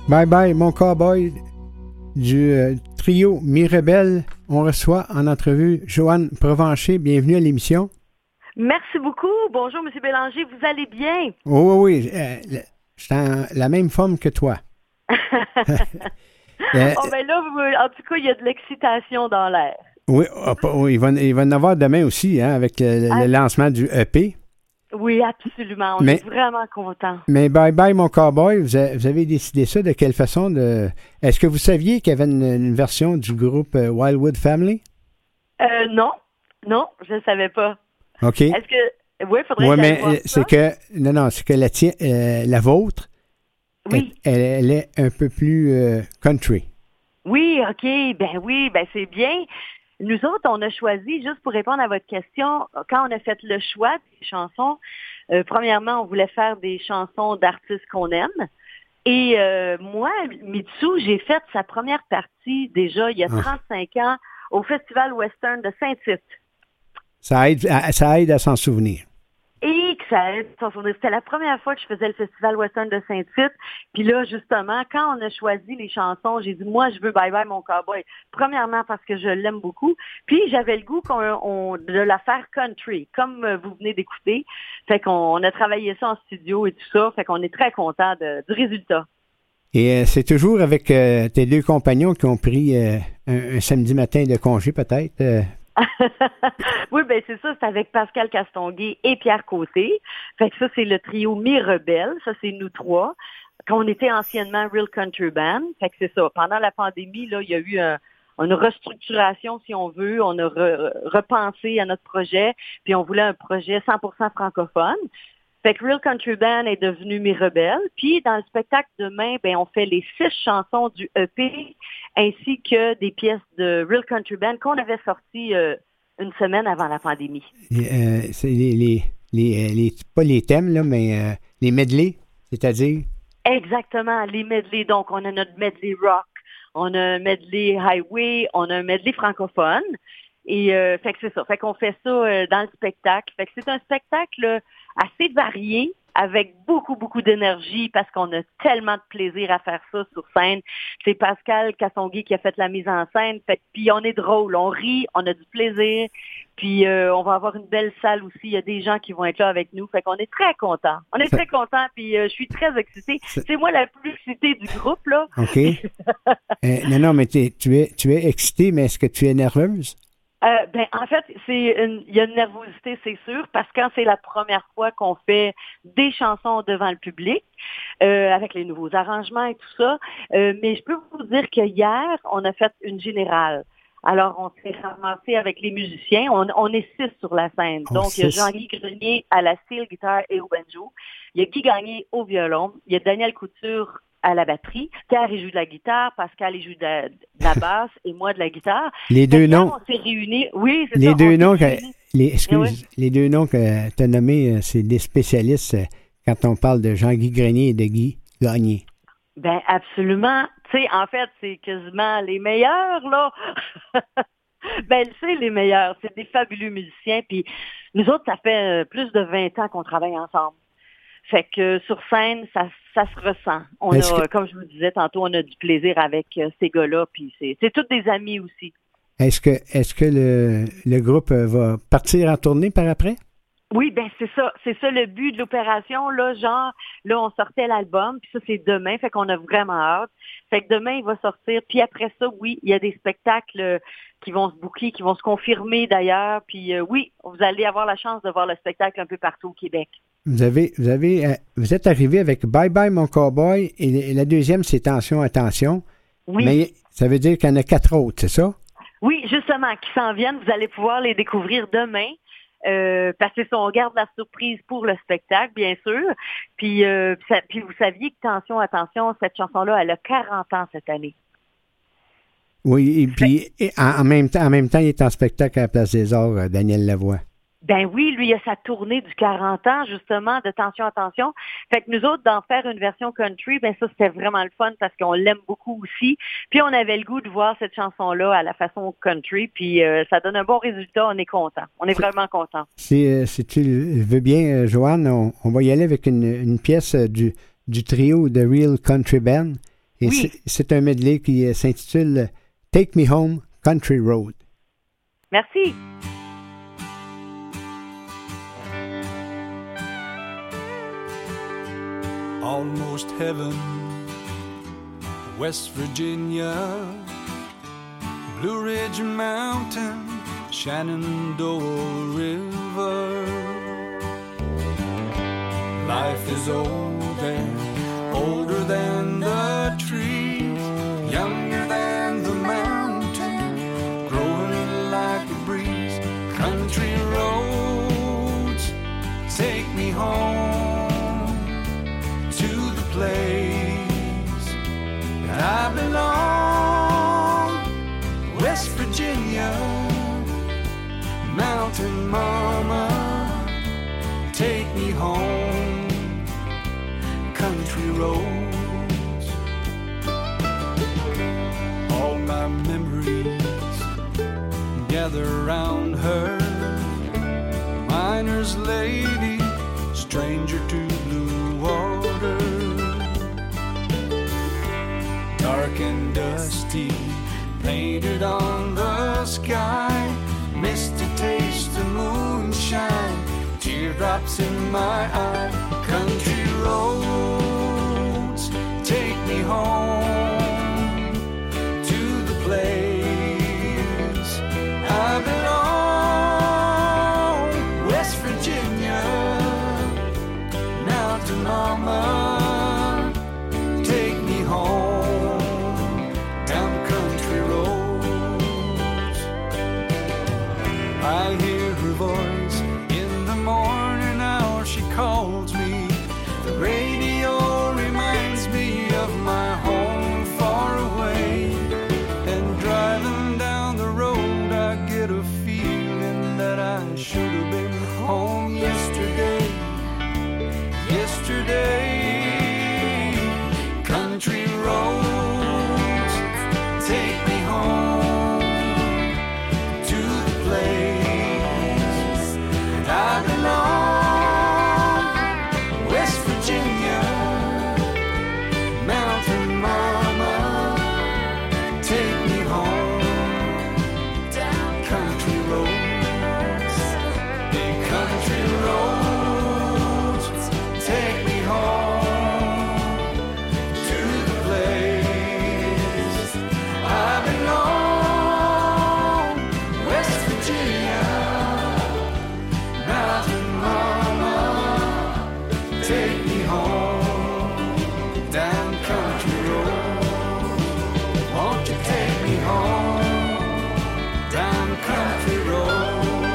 Speaker 1: Bye bye, mon cowboy du euh, trio Mirabelle. On reçoit en entrevue Joanne Provencher. Bienvenue à l'émission.
Speaker 16: Merci beaucoup. Bonjour, M. Bélanger. Vous allez bien?
Speaker 1: Oh, oui, oui. Euh, je suis en la même forme que toi.
Speaker 16: euh, oh, ben là, vous, en tout cas, il y a de l'excitation dans l'air.
Speaker 1: Oui, oh, oh, il, va, il va en avoir demain aussi, hein, avec le,
Speaker 16: ah,
Speaker 1: le lancement du E P.
Speaker 16: Oui, absolument. On
Speaker 1: mais,
Speaker 16: est vraiment contents.
Speaker 1: Mais bye bye, mon cowboy, vous, a, vous avez décidé ça de quelle façon? De... Est-ce que vous saviez qu'il y avait une, une version du groupe euh, Wildwood Family?
Speaker 16: Euh, non. Non, je ne savais pas.
Speaker 1: OK.
Speaker 16: Est-ce que... Oui, il faudrait
Speaker 1: ouais,
Speaker 16: que
Speaker 1: mais
Speaker 16: voir
Speaker 1: c'est
Speaker 16: ça.
Speaker 1: que... Non, non, c'est que la, tienne, euh, la vôtre,
Speaker 16: oui.
Speaker 1: elle, elle, elle est un peu plus euh, country.
Speaker 16: Oui, OK. Ben oui, ben c'est bien. Nous autres, on a choisi, juste pour répondre à votre question, quand on a fait le choix des chansons, euh, premièrement, on voulait faire des chansons d'artistes qu'on aime. Et euh, moi, Mitsu, j'ai fait sa première partie déjà il y a trente-cinq ans au Festival Western de Saint-Tite.
Speaker 1: Ça aide, ça aide à s'en souvenir.
Speaker 16: Et que ça aide à s'en souvenir. C'était la première fois que je faisais le Festival Western de Saint-Tite. Puis là, justement, quand on a choisi les chansons, j'ai dit, moi, je veux Bye Bye mon cowboy. Premièrement, parce que je l'aime beaucoup. Puis j'avais le goût qu'on, on, de la faire country, comme vous venez d'écouter. Fait qu'on on a travaillé ça en studio et tout ça. Fait qu'on est très contents de, du résultat.
Speaker 1: Et euh, c'est toujours avec euh, tes deux compagnons qui ont pris euh, un, un samedi matin de congé, peut-être? Euh...
Speaker 16: Oui, ben c'est ça, c'est avec Pascal Castonguay et Pierre Côté. Fait que ça, c'est le trio Mi-Rebelle, ça c'est nous trois, qu'on était anciennement Real Country Band. Fait que c'est ça, pendant la pandémie, là, il y a eu un, une restructuration, si on veut, on a re, repensé à notre projet, puis on voulait un projet cent pour cent francophone. Fait que Real Country Band est devenu Mi-Rebelle. Puis dans le spectacle demain, ben on fait les six chansons du E P ainsi que des pièces de Real Country Band qu'on avait sorties euh, une semaine avant la pandémie.
Speaker 1: Euh, c'est les, les, les, les, pas les thèmes, là, mais euh, les medley, c'est-à-dire?
Speaker 16: Exactement, les medley. Donc, on a notre medley rock, on a un medley highway, on a un medley francophone. Et euh, fait que c'est ça. Fait qu'on fait ça euh, dans le spectacle. Fait que c'est un spectacle assez varié, avec beaucoup, beaucoup d'énergie, parce qu'on a tellement de plaisir à faire ça sur scène. C'est Pascal Castonguay qui a fait la mise en scène. Fait puis on est drôle, on rit, on a du plaisir. Puis euh, on va avoir une belle salle aussi. Il y a des gens qui vont être là avec nous. Fait qu'on est très contents. On est très contents. Puis euh, je suis très excitée. C'est moi la plus excitée du groupe, là.
Speaker 1: OK. euh, non, non, mais tu es, tu es excitée, mais est-ce que tu es nerveuse?
Speaker 16: Euh, ben, en fait, c'est une, il y a une nervosité, c'est sûr, parce que quand c'est la première fois qu'on fait des chansons devant le public, euh, avec les nouveaux arrangements et tout ça, euh, mais je peux vous dire que hier, on a fait une générale. Alors, on s'est ramassé avec les musiciens. On, on est six sur la scène.
Speaker 1: Oh,
Speaker 16: Donc,
Speaker 1: six.
Speaker 16: il y a Jean-Guy Grenier à la steel guitare et au banjo. Il y a Guy Gagné au violon. Il y a Daniel Couture à la batterie. Pierre, il joue de la guitare. Pascal, il joue de la, de la basse et moi de la guitare.
Speaker 1: Les deux noms.
Speaker 16: On s'est réunis. Oui, c'est
Speaker 1: les
Speaker 16: ça.
Speaker 1: Deux noms que, les, excuse,
Speaker 16: oui.
Speaker 1: les deux noms que tu as nommés, c'est des spécialistes quand on parle de Jean-Guy Grenier et de Guy Gagné.
Speaker 16: Ben absolument. Tu sais, en fait, c'est quasiment les meilleurs, là. Ben, c'est les meilleurs. C'est des fabuleux musiciens. Puis nous autres, ça fait plus de vingt ans qu'on travaille ensemble. Fait que sur scène, ça, ça se ressent. On a, que... comme je vous disais tantôt, on a du plaisir avec euh, ces gars-là, puis c'est, c'est tous des amis aussi.
Speaker 1: Est-ce que, est-ce que le, le groupe va partir en tournée par après?
Speaker 16: Oui, ben c'est ça. C'est ça le but de l'opération, là, genre, là, on sortait l'album, puis ça, c'est demain, fait qu'on a vraiment hâte. Fait que demain, il va sortir, puis après ça, oui, il y a des spectacles qui vont se boucler, qui vont se confirmer d'ailleurs, puis euh, oui, vous allez avoir la chance de voir le spectacle un peu partout au Québec.
Speaker 1: Vous avez, vous avez, euh, vous êtes arrivé avec Bye Bye mon cowboy et la deuxième c'est Tension, attention.
Speaker 16: Oui.
Speaker 1: Mais ça veut dire qu'il y en a quatre autres, c'est ça?
Speaker 16: Oui, justement, qui s'en viennent. Vous allez pouvoir les découvrir demain. Euh, parce que ça, on garde la surprise pour le spectacle, bien sûr. Puis, euh, ça, puis vous saviez que Tension, attention, cette chanson-là, elle a quarante ans cette année.
Speaker 1: Oui, et puis et en, en, même temps, en même temps, il est en spectacle à la Place des Arts, euh, Daniel Lavoie.
Speaker 16: Ben oui, lui, il a sa tournée du quarante ans, justement, de Tension, attention. Fait que nous autres, d'en faire une version country, ben ça, c'était vraiment le fun parce qu'on l'aime beaucoup aussi. Puis on avait le goût de voir cette chanson-là à la façon country, puis euh, ça donne un bon résultat, on est content. On est vraiment content.
Speaker 1: Si, euh, si tu veux bien, euh, Joanne, on, on va y aller avec une, une pièce euh, du, du trio de Real Country Band. Et
Speaker 16: Oui.
Speaker 1: c'est, c'est un medley qui euh, s'intitule Take Me Home, Country Road.
Speaker 16: Merci.
Speaker 17: Almost heaven, West Virginia, Blue Ridge Mountain, Shenandoah River. Life is old and older than the trees, younger than the mountain, growing like a breeze. Country roads take me home to the place that I belong. West Virginia, Mountain Mama, take me home. Country roads, all my memories gather round her. Miner's lady, stranger to blue water, dark and dusty, painted on the sky, misty taste of moonshine, teardrops in my eye. Country roads take me home to the place I belong. West Virginia, Mountain Mama, take me home down country roads. I hear her voice in the morning hour, she calls me. The radio reminds me of my home far away. And driving down the road, I get a feeling that I should have been home yesterday. Yesterday, country roads take me home to the place that I belong. West Virginia, Mountain Mama, take me home down country roads. Big country roads take me home to the place I belong. West Virginia, Mountain Mama, take me home down country road. Won't you take me home down country road?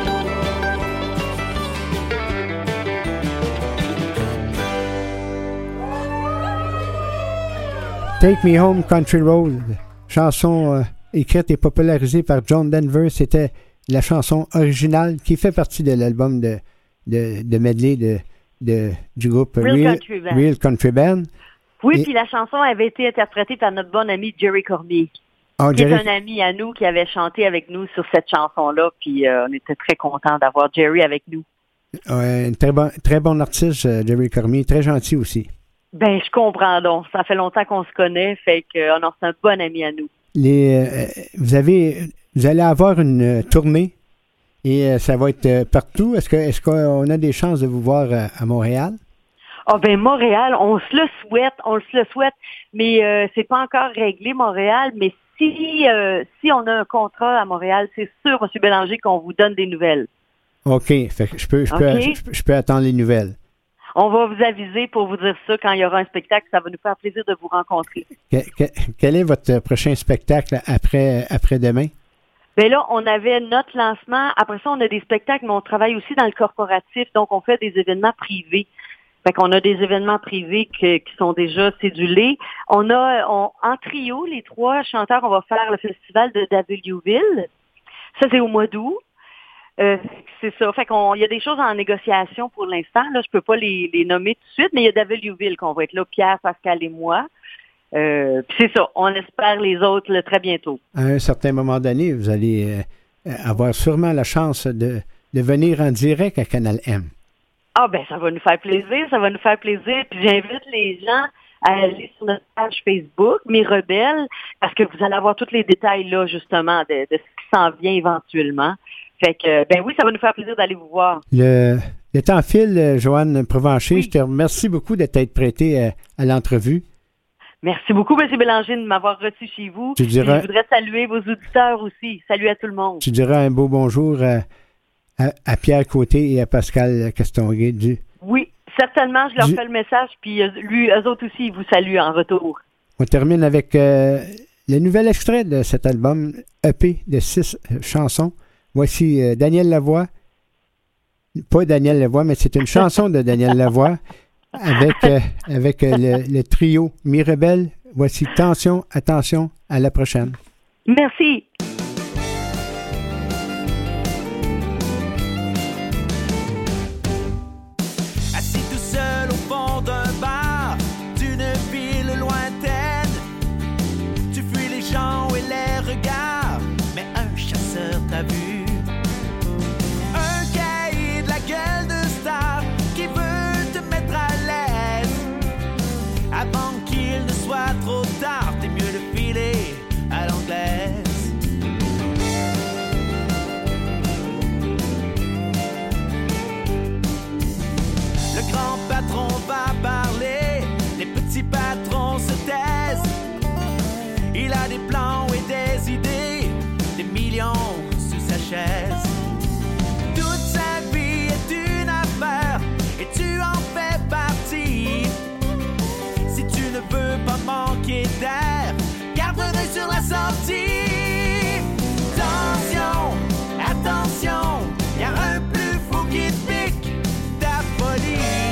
Speaker 1: Take Me Home, Country Road, chanson euh, écrite et popularisée par John Denver. C'était la chanson originale qui fait partie de l'album de, de, de medley de, de, du groupe
Speaker 16: Real
Speaker 1: Real
Speaker 16: Country Band.
Speaker 1: Real Country Band.
Speaker 16: Oui,
Speaker 1: Et-
Speaker 16: puis la chanson avait été interprétée par notre bon ami Jerry Cormier,
Speaker 1: Ah,
Speaker 16: qui
Speaker 1: Jerry-
Speaker 16: est un ami à nous qui avait chanté avec nous sur cette chanson-là. Puis euh, on était très contents d'avoir Jerry avec nous.
Speaker 1: Ouais, un très bon, très bon artiste, euh, Jerry Cormier, très gentil aussi.
Speaker 16: Ben, je comprends donc. Ça fait longtemps qu'on se connaît, fait que oh non, c'est un bon ami à nous.
Speaker 1: Les, euh, vous avez, vous allez avoir une euh, tournée et euh, ça va être euh, partout. Est-ce que, est-ce qu'on a des chances de vous voir euh, à Montréal?
Speaker 16: Ah ben Montréal, on se le souhaite, on se le souhaite, mais euh, c'est pas encore réglé Montréal. Mais si euh, si on a un contrat à Montréal, c'est sûr, M. Bélanger, qu'on vous donne des nouvelles.
Speaker 1: OK. Fait que je peux, je peux,
Speaker 16: OK.
Speaker 1: je, peux- je peux attendre les nouvelles.
Speaker 16: On va vous aviser pour vous dire ça quand il y aura un spectacle. Ça va nous faire plaisir de vous rencontrer.
Speaker 1: Que- que- quel est votre prochain spectacle après, après-demain?
Speaker 16: Ben là, on avait notre lancement. Après ça, on a des spectacles, mais on travaille aussi dans le corporatif. Donc, on fait des événements privés. Fait qu'on a des événements privés que- qui sont déjà cédulés. On a, on- en trio, les trois chanteurs, on va faire le festival de Davyville. Ça, c'est au mois d'août. Euh, c'est ça. Fait qu'on, il y a des choses en négociation pour l'instant. Là, je peux pas les, les nommer tout de suite, mais il y a Davyville qu'on va être là, Pierre, Pascal et moi. Euh, puis c'est ça. On espère les autres là, très bientôt.
Speaker 1: À un certain moment donné, vous allez euh, avoir sûrement la chance de, de venir en direct à Canal M.
Speaker 16: Ah ben ça va nous faire plaisir, ça va nous faire plaisir. Puis j'invite les gens à aller sur notre page Facebook, Mes Rebelles, parce que vous allez avoir tous les détails là, justement, de, de ce qui s'en vient éventuellement. Fait que, ben oui, ça va nous faire plaisir d'aller vous voir.
Speaker 1: Le, le temps file, Joanne Provencher. Oui. Je te remercie beaucoup de t'être prêtée à, à l'entrevue.
Speaker 16: Merci beaucoup, M. Bélanger, de m'avoir reçu chez vous.
Speaker 1: Tu dirais,
Speaker 16: je voudrais saluer vos auditeurs aussi. Salut à tout le monde.
Speaker 1: Tu diras un beau bonjour à, à, à Pierre Côté et à Pascal Castonguay. Du...
Speaker 16: Oui, certainement, je leur
Speaker 1: du...
Speaker 16: fais le message, puis lui, eux autres aussi, ils vous saluent en retour.
Speaker 1: On termine avec euh, le nouvel extrait de cet album E P de six chansons. Voici euh, Daniel Lavoie. Pas Daniel Lavoie, mais c'est une chanson de Daniel Lavoie. Avec, euh, avec euh, le, le trio Mes Rebelles. Voici Tension, attention, à la prochaine.
Speaker 16: Merci.
Speaker 3: Assis tout seul au fond d'un bar d'une ville lointaine, tu fuis les gens et les regards, mais un chasseur t'a vu. Un caïd de la gueule de star qui veut avant qu'il ne soit trop tard, t'es mieux de filer à l'anglaise. Le grand patron va parler, les petits patrons se taisent. Il a des plans et des idées, des millions sous sa chaise. Toute sa vie est une affaire et tu en fais partie. Si tu ne veux pas manquer d'air, garde un œil sur la sortie. Attention, attention, y'a un plus fou qui te pique ta folie.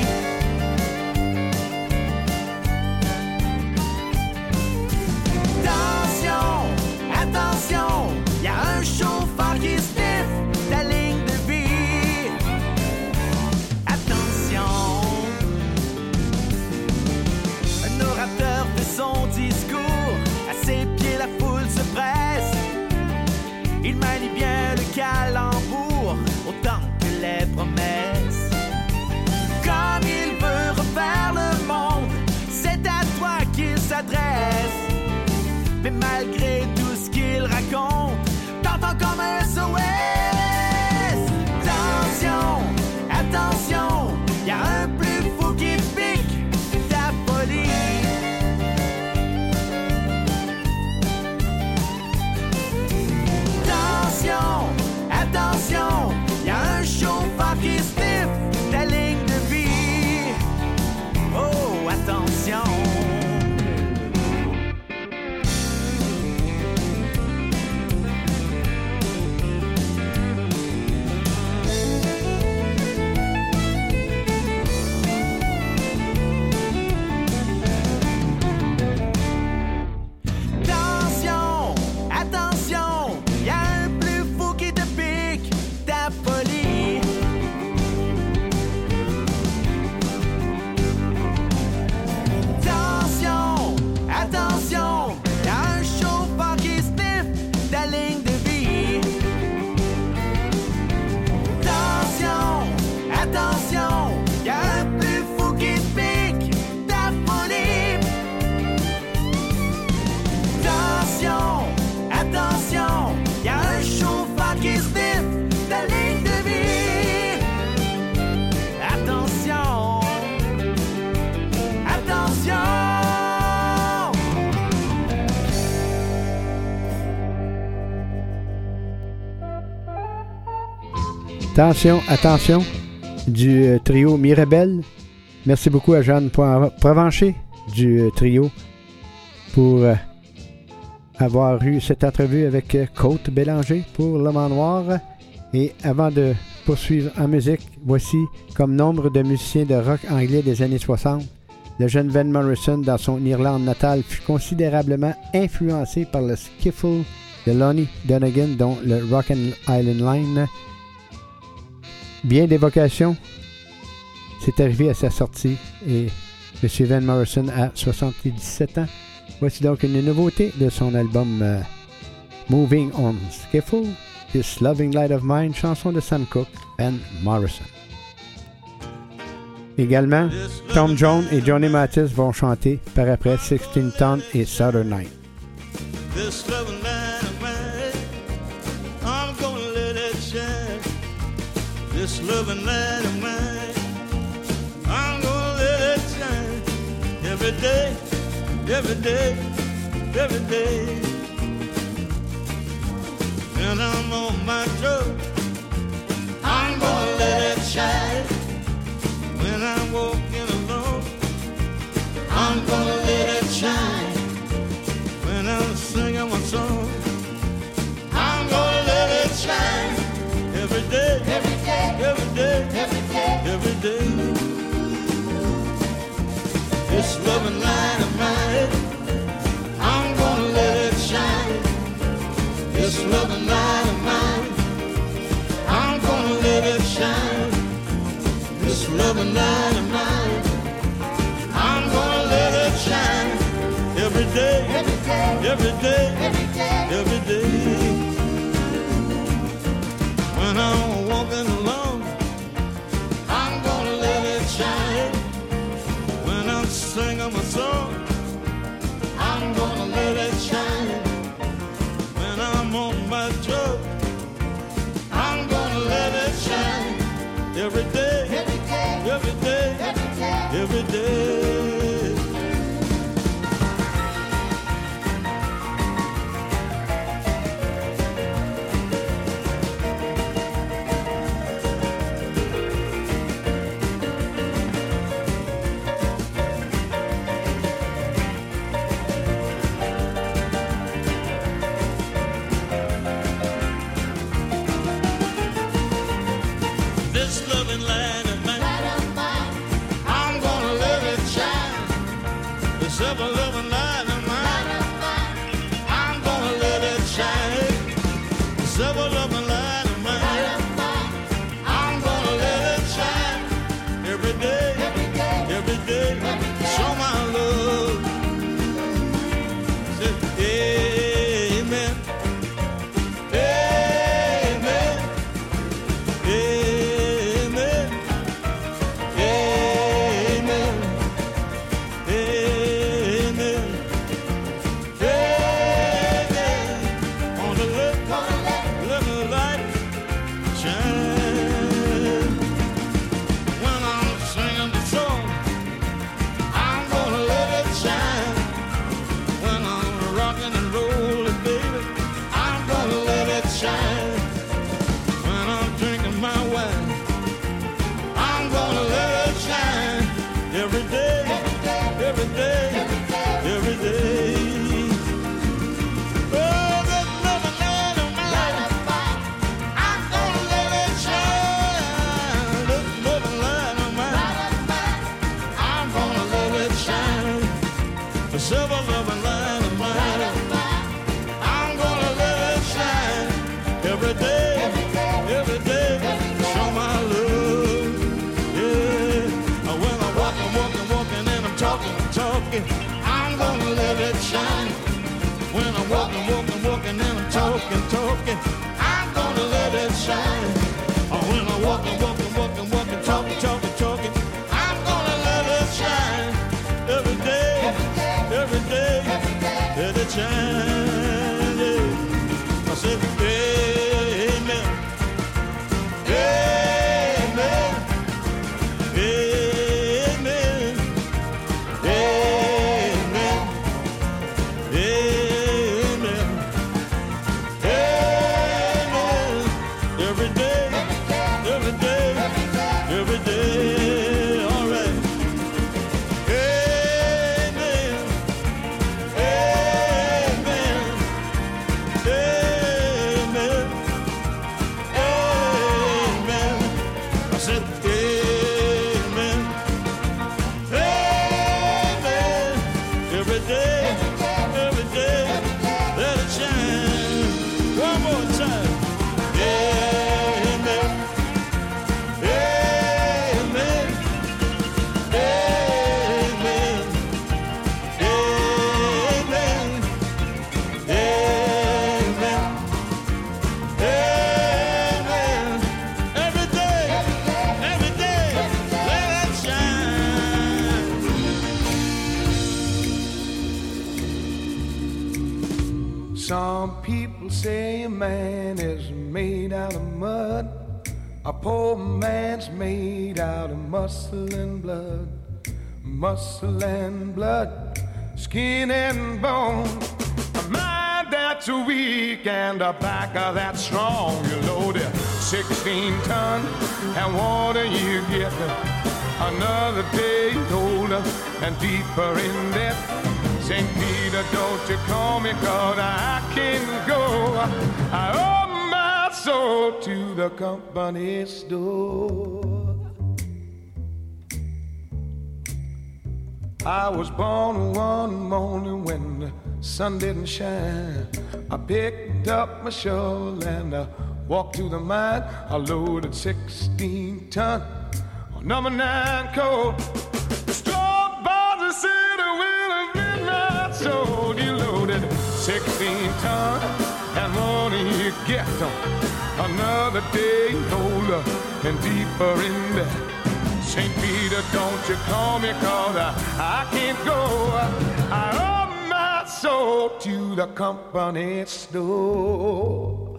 Speaker 3: Attention, attention, y'a un chauffeur qui sniffe ta ligne de vie. Attention. Un orateur fait son discours, à ses pieds la foule se presse. Il manie bien le calembour, autant que les promesses. Comme il veut refaire le monde, c'est à toi qu'il s'adresse. Mais malgré tout ce qu'il raconte, t'entends comme un S O S. Attention, attention, y'a un plus fou qui pique ta folie. Attention, attention, y'a un chauffeur qui sniffe ta ligne de vie. Oh, attention.
Speaker 1: Attention, attention, du euh, trio Mes Rebelles. Merci beaucoup à Jeanne Provencher du euh, trio pour euh, avoir eu cette entrevue avec euh, Côte Bélanger pour L'Homme Noir. Et avant de poursuivre en musique, voici comme nombre de musiciens de rock anglais des années soixante, le jeune Van Morrison, dans son Irlande natale, fut considérablement influencé par le skiffle de Lonnie Donegan, dont le Rockin' Island Line. Bien d'évocation, c'est arrivé à sa sortie et M. Van Morrison a soixante-dix-sept ans. Voici donc une nouveauté de son album euh, Moving On Skiffle, This Loving Light of Mine, chanson de Sam Cooke, Van Morrison. Également, Tom Jones et Johnny Mathis vont chanter par après sixteen Tons et Southern Night.
Speaker 18: This loving light of mine, I'm gonna let it shine. This loving light of mine, I'm gonna let it shine. Every day, every day, every day. When I'm on my job, I'm gonna let it shine. When I'm walking alone, I'm gonna let it shine. When I'm singing my song, I'm gonna let it shine. Every day, every day, every day, every day, every day. This loving light of mine, I'm gonna let it shine. This loving light of mine, I'm gonna let it shine. This loving light of mine, I'm gonna let it shine. Every day, every day, every day, every day, every day. When I'm walking alone, I'm gonna let it shine. When I'm singing my song, I'm gonna let it shine. When I'm on my job, I'm gonna let it shine. Every day, every day, every day, every day, every day. This loving light of mine, I'm gonna let it shine. This ever loving light of mine, I'm gonna let it shine. This ever loving light of mine, I'm gonna let it shine. Every day, every day, every day, show my love. Say amen, amen, amen. Amen. Amen. Amen. On the left, let the light shine. When I'm singing the song, I'm gonna let it shine. When I'm rocking and rolling, baby, I'm gonna let it shine. When I'm drinking my wine, I'm gonna let it shine. Every day, every day, every day. Oh, that loving light of mine, I'm gonna let it shine. That loving light of mine, I'm gonna let it shine. The silver loving light of mine, I'm gonna let it shine. Every day, every day, show my love. Yeah. When I'm walking, walking, walking, and I'm talking, talking, I'm gonna let it shine. When I'm walking, walking, walking, and I'm talking, talking, I'm gonna let it shine. When I'm walking, walking, walking, walking, talking, talking, talking, I'm gonna let it shine. Every day, every day, let it shine. Yeah. I said, amen. Amen. Amen. Amen. Amen. Amen. Every day, every day, every day. All right. Amen. Amen.
Speaker 9: Some people say a man is made out of mud. A poor man's made out of muscle and blood. Muscle and blood, skin and bone. A mind that's weak and a back that's strong. You load it sixteen ton and water you get another day older and deeper in debt. Saint Peter, don't you call me, 'cause I can go. I owe my soul to the company store. I was born one morning when the sun didn't shine. I picked up my shovel and I walked to the mine. I loaded sixteen ton on number nine coal. The straw bars said I will have been my soul. You loaded sixteen ton and what do you get on another day older and deeper in debt. Saint Peter, don't you call me, 'cause I, I can't go. I owe my soul to the company store.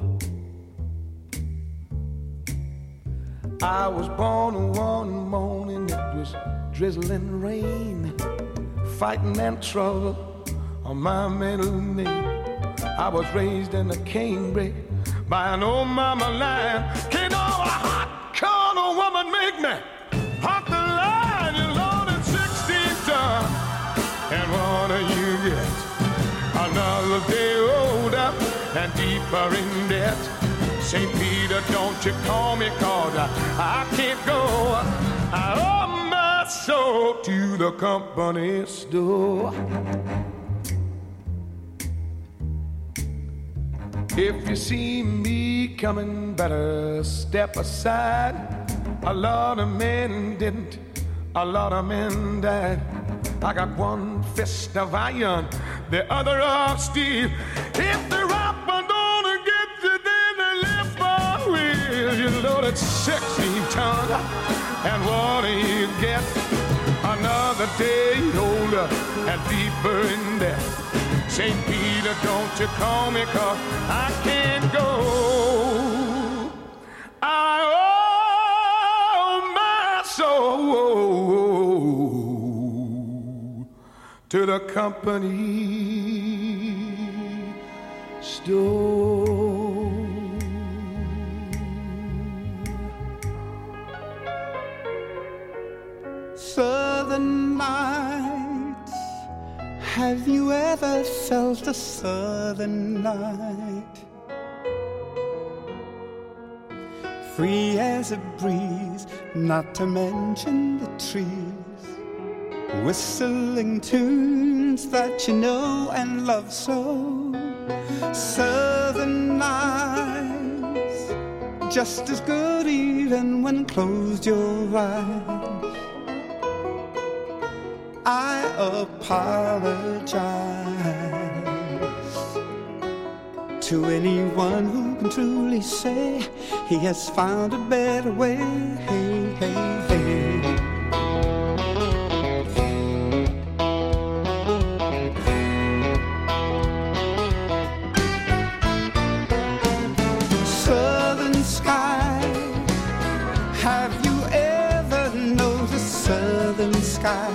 Speaker 9: I was born one morning, it was drizzling rain, fighting and trouble on my middle name. I was raised in a canebrake by an old mama lion. Can't no hot corner woman make me hot the line. You loaded sixteen ton, and what do you get? Another day older and deeper in debt. Saint Peter, don't you call me, 'cause I, I can't go. I owe my soul to the company store. If you see me coming, better step aside. A lot of men didn't, a lot of men died. I got one fist of iron, the other of steel. If the rapper don't get you, then they lift my wheel. You loaded sixteen ton, and what do you get? Another day older and deeper in debt. Saint Peter, don't you call me, 'cause I can't go. I owe my soul to the company store.
Speaker 19: Southern nights, have you ever felt a southern night? Free as a breeze, not to mention the trees, whistling tunes that you know and love so. Southern nights, just as good even when closed your eyes. I apologize to anyone who can truly say he has found a better way. Hey, hey, hey. Southern sky, have you ever noticed southern sky?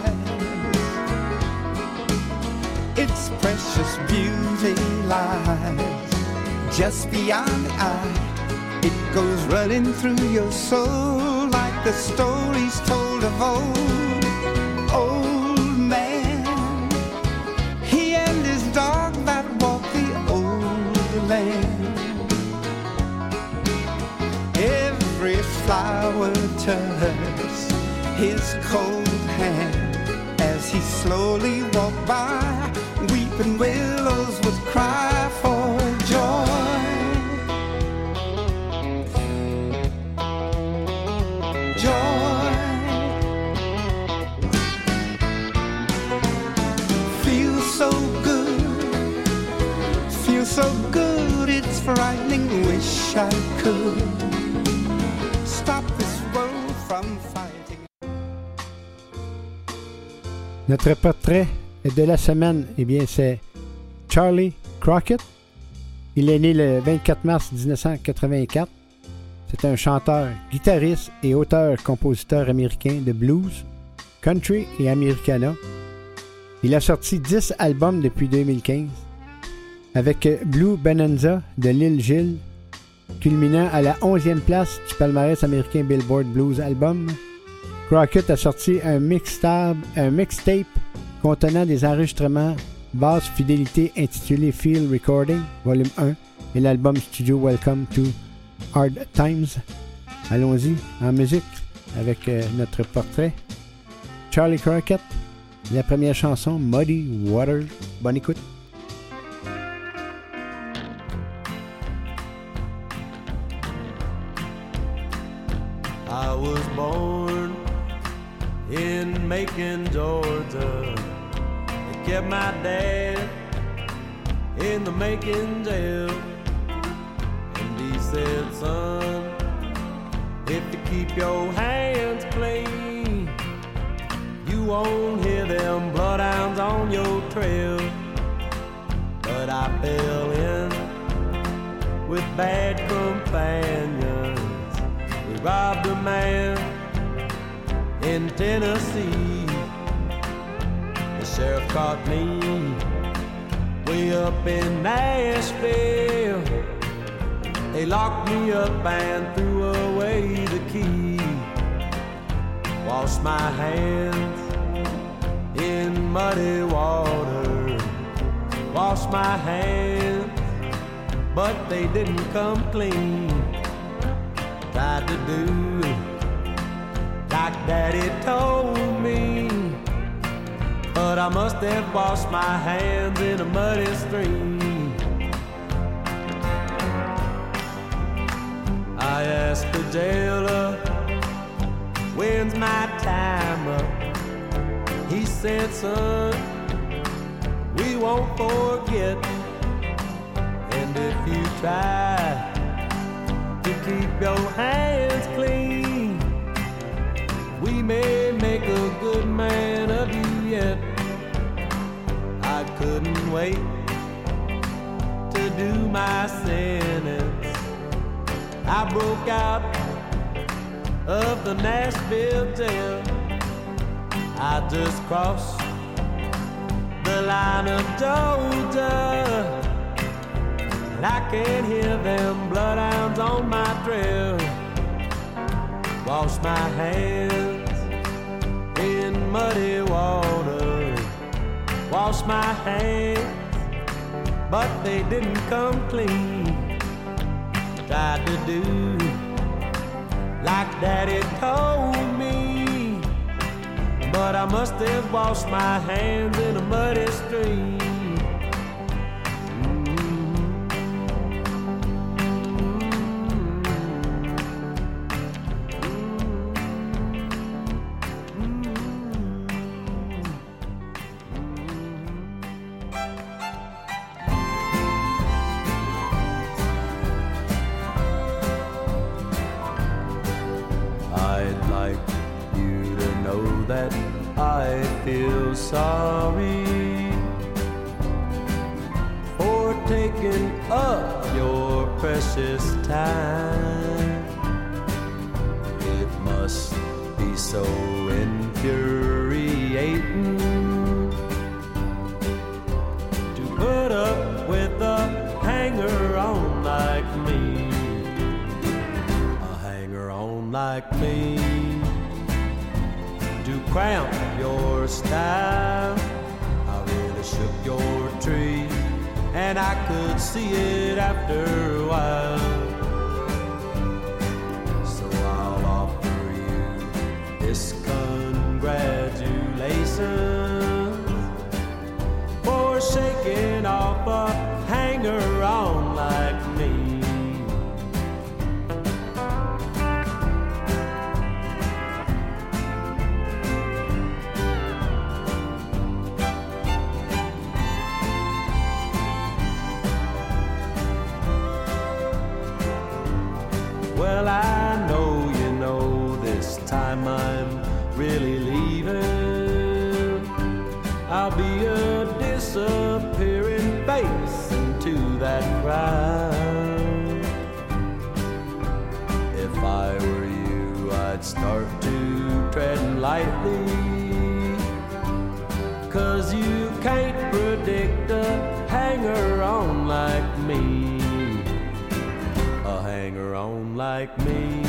Speaker 19: Its precious beauty lies just beyond the eye. It goes running through your soul like the stories told of old. Old man, he and his dog that walked the old land. Every flower touched his cold hand as he slowly walked by. Weeping willows would cry for joy. Joy. Feels so good. Feels so good. It's frightening. Wish I could stop this world from fighting.
Speaker 1: Notre portrait de la semaine, eh bien, c'est Charlie Crockett Il est né le vingt-quatre mars dix-neuf cent quatre-vingt-quatre. C'est un chanteur, guitariste et auteur-compositeur américain de blues, country et americana. Il a sorti dix albums depuis deux mille quinze, avec Blue Bonanza de Lil Gilles, culminant à la onzième place du palmarès américain Billboard Blues Album. Crockett a sorti un mixtape, un mixtape contenant des enregistrements basse fidélité intitulé Feel Recording, volume un, et l'album studio Welcome to Hard Times. Allons-y en musique avec euh, notre portrait. Charlie Crockett, la première chanson, Muddy Water. Bonne écoute.
Speaker 20: I was born in Macon, Georgia. They kept my dad in the Macon jail. And he said, son, if you keep your hands clean, you won't hear them bloodhounds on your trail. But I fell in with bad companions. We robbed a man in Tennessee. The sheriff caught me way up in Nashville. They locked me up and threw away the key. Washed my hands in muddy water. Washed my hands, but they didn't come clean. Tried to do like Daddy told me, but I must have washed my hands in a muddy stream. I asked the jailer, when's my time up? He said, son, we won't forget. And if you try to keep your hands clean, we may make a good man of you yet. I couldn't wait to do my sentence. I broke out of the Nashville jail. I just crossed the line of Georgia, and I can hear them bloodhounds on my trail. Wash my hands in muddy water. Wash my hands, but they didn't come clean. Tried to do like Daddy told me, but I must have washed my hands in a muddy stream. Sorry for taking up your precious time. It must be so infuriating to put up with a hanger-on like me. A hanger-on like me to cramp your style. I really shook your tree, and I could see it after a while. So I'll offer you this congratulations for shaking off a hanger-on like me. Well, I know you know this time I'm really leaving. I'll be a disappearing face into to that crowd. If I were you, I'd start to tread lightly, 'cause you can't predict a hanger-on like me, a hanger-on like me.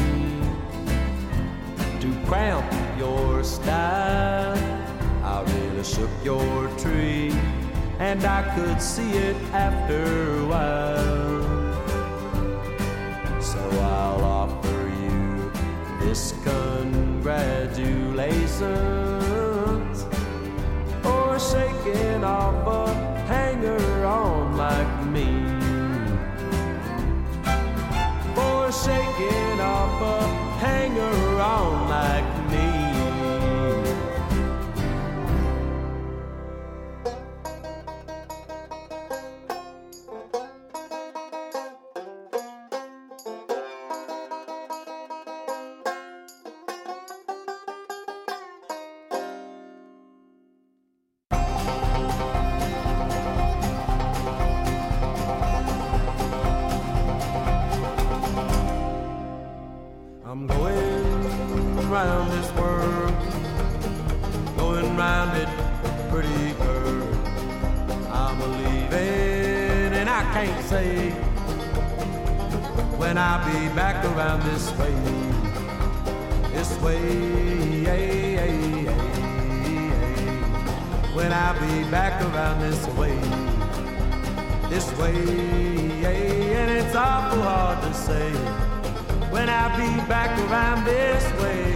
Speaker 20: To cramp your style, I really shook your tree, and I could see it after a while. So I'll offer you this congratulations for shaking off a hanger-on like me, for shaking off a hanger-on like me. I'm going round this world, going round it, pretty girl. I'm a-leaving and I can't say when I'll be back around this way, this way, when I'll be back around this way, this way, and it's awful hard to say when I'll be back around this way.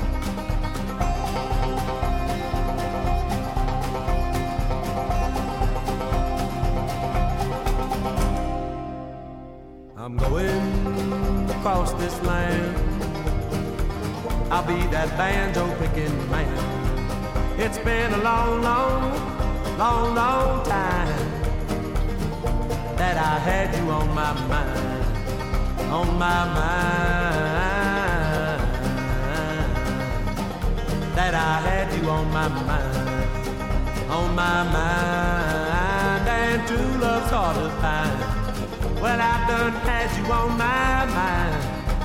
Speaker 20: I'm going across this land, I'll be that banjo picking man. It's been a long, long, long, long time that I had you on my mind, on my mind, that I had you on my mind, on my mind. And true love's hard to find, well, I done had you on my mind.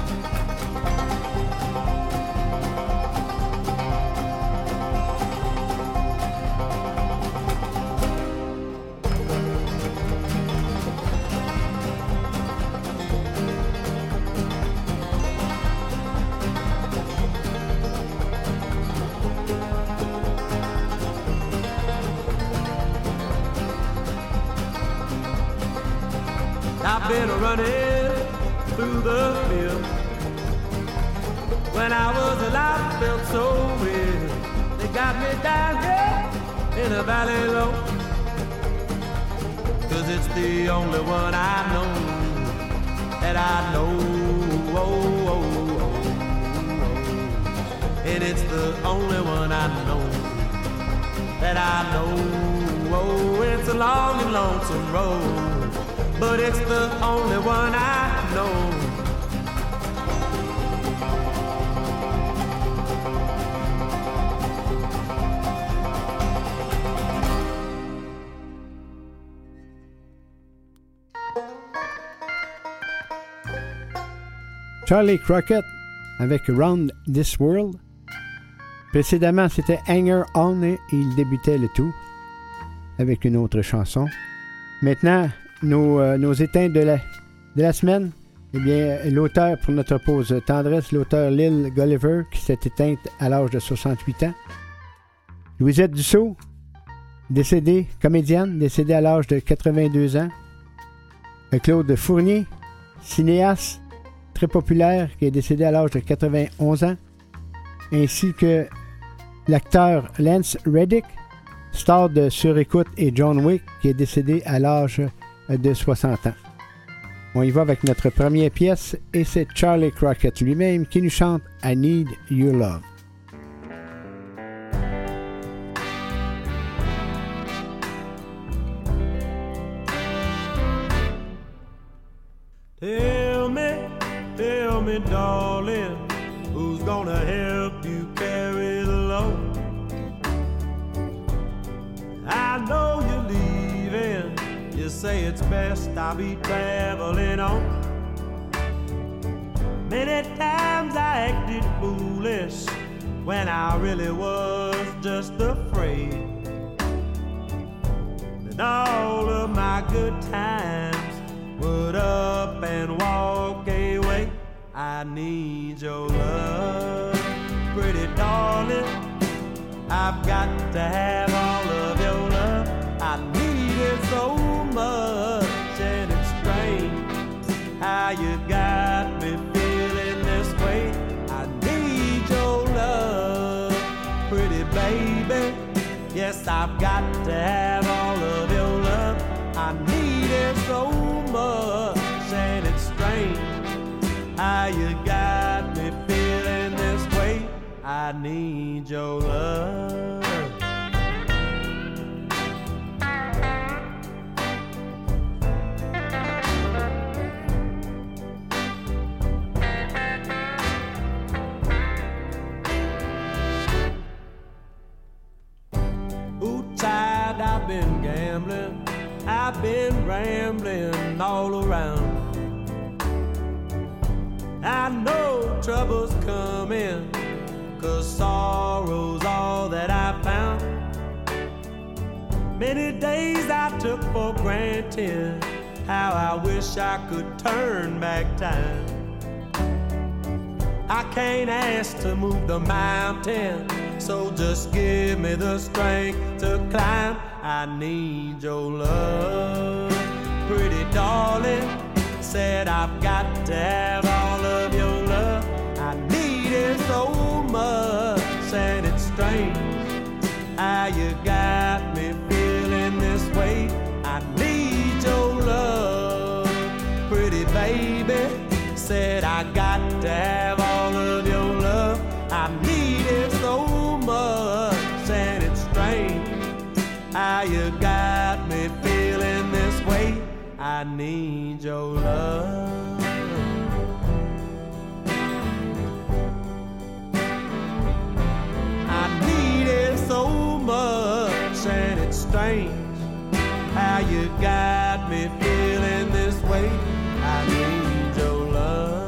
Speaker 20: I've been running through the field. When I was alive, I felt so real. They got me down here in a valley low, 'cause it's the only one I know, that I know, oh, oh, oh, oh. And it's the only one I know, that I know, oh. It's a long and lonesome road, but it's the only one I know.
Speaker 1: Charlie Crockett avec Round This World. Précédemment, c'était Hanger On et il débutait le tout avec une autre chanson. Maintenant, nos, euh, nos éteints de la, de la semaine. Eh bien, l'auteur pour notre pause tendresse, l'auteur Lil Gulliver, qui s'est éteinte à l'âge de soixante-huit ans. Louisette Dussault, décédée, comédienne, décédée à l'âge de quatre-vingt-deux ans. Claude Fournier, cinéaste, très populaire, qui est décédé à l'âge de quatre-vingt-onze ans. Ainsi que l'acteur Lance Reddick, star de Sur-Écoute et John Wick, qui est décédé à l'âge de soixante ans. On y va avec notre première pièce et c'est Charlie Crockett lui-même qui nous chante I Need Your Love.
Speaker 20: Tell me, tell me, darling, who's gonna help you carry the load? I know you're leaving, you just say it's best I be traveling on. Many times I acted foolish when I really was just afraid that all of my good times would up and walk away. I need your love, pretty darling. I've got to have all of your love. I need it so much, and it's strange how you got me feeling this way. I need your love, pretty baby. Yes, I've got to have all of your love. I need it so much, and it's strange how you got me feeling this way. I need your love. Ooh, child, I've been gambling, I've been rambling all around. I know trouble's coming, 'cause sorrow's all that I found. Many days I took for granted, how I wish I could turn back time. I can't ask to move the mountain, so just give me the strength to climb. I need your love, pretty darling. Said I've got to have all of your love. I need it so much, and it's strange how you got me feeling this way. I need your love, pretty baby. Said I got to have all of your love. I need it so much, and it's strange how you got me feeling this way. I need your love. I need it so much, and it's strange how you got me feeling this way. I need your love.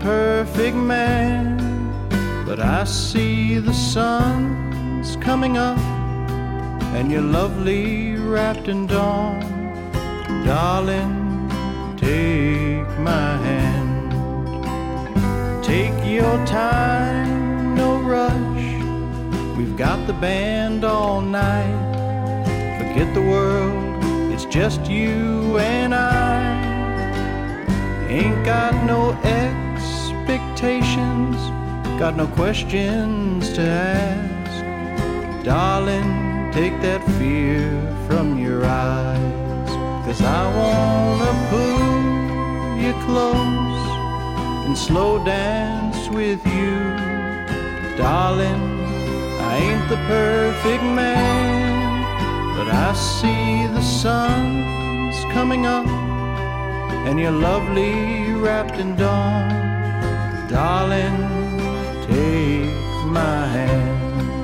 Speaker 21: perfect man, but I see the sun's coming up, and you're lovely wrapped in dawn. Darling, take my hand. Take your time, no rush. We've got the band all night. Forget the world, it's just you and I. Ain't got no expectations, got no questions to ask. Darling, take that fear from your eyes, 'cause I wanna pull you close and slow dance with you. Darling, I ain't the perfect man, but I see the sun's coming up, and you're lovely wrapped in dawn. Darling, take my hand.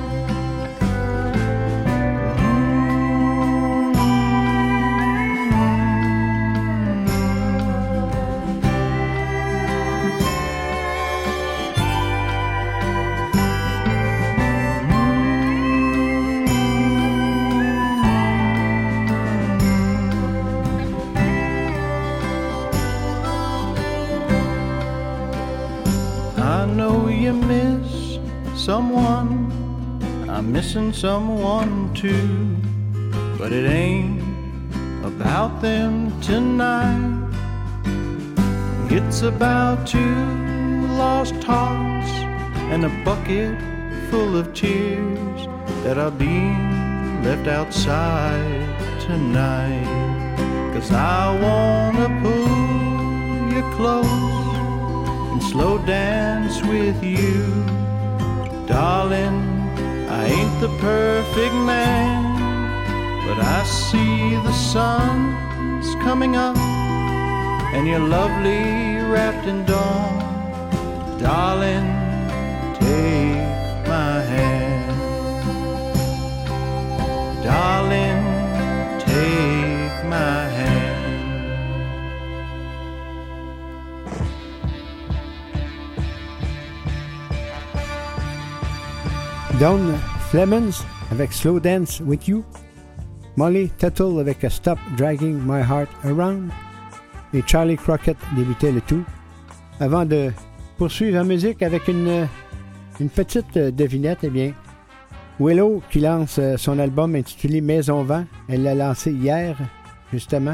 Speaker 21: Miss someone, I'm missing someone too, but it ain't about them tonight. It's about two lost hearts and a bucket full of tears that are being left outside tonight. 'Cause I wanna pull you close and slow dance with you. Darling, I ain't the perfect man, but I see the sun's coming up, and you're lovely wrapped in dawn. Darling, take my hand. Darling, take my hand.
Speaker 1: Don Flemons avec Slow Dance With You, Molly Tuttle avec Stop Dragging My Heart Around, et Charlie Crockett débutait le tout, avant de poursuivre en musique avec une, une petite devinette. Eh bien, Willow qui lance son album intitulé Maison Vent, elle l'a lancé hier, justement.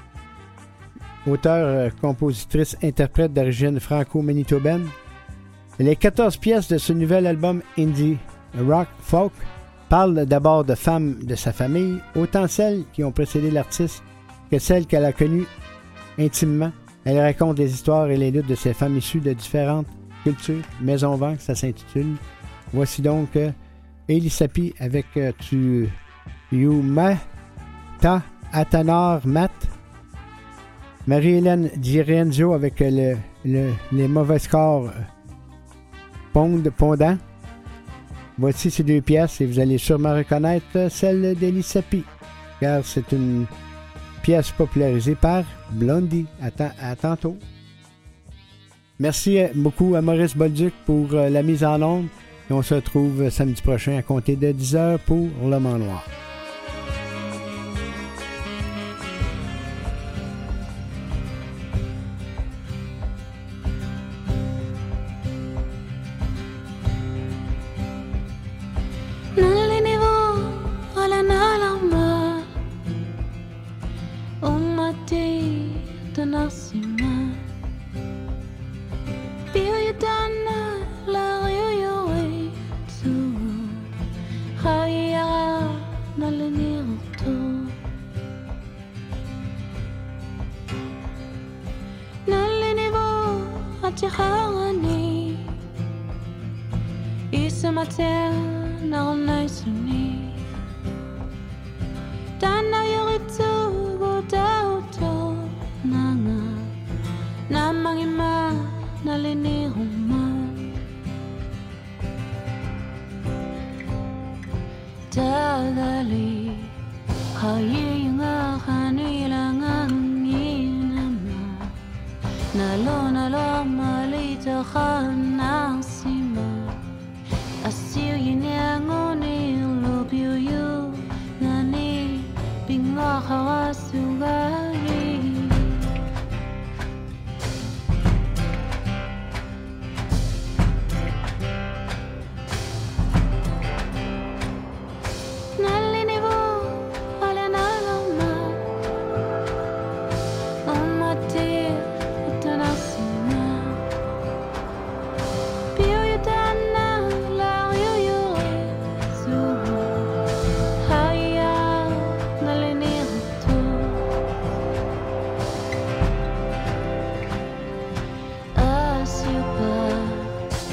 Speaker 1: Auteure, compositrice, interprète d'origine franco-manitobaine. Les quatorze pièces de ce nouvel album indie rock folk parlent d'abord de femmes de sa famille, autant celles qui ont précédé l'artiste que celles qu'elle a connues intimement. Elle raconte les histoires et les luttes de ces femmes issues de différentes cultures. Maison Vent, ça s'intitule. Voici donc euh, Elie Sapi avec euh, Tu Yuma Ta Atanor Mat, Marie-Hélène Di Rienzo avec euh, le, le, les mauvais scores euh, Pond, Pondant. Voici ces deux pièces et vous allez sûrement reconnaître celle d'Elie Sapi, car c'est une pièce popularisée par Blondie. À, t- à tantôt. Merci beaucoup à Maurice Bolduc pour la mise en onde et on se retrouve samedi prochain à compter de dix heures pour Le Mans Noir.
Speaker 15: Nalo nalo malito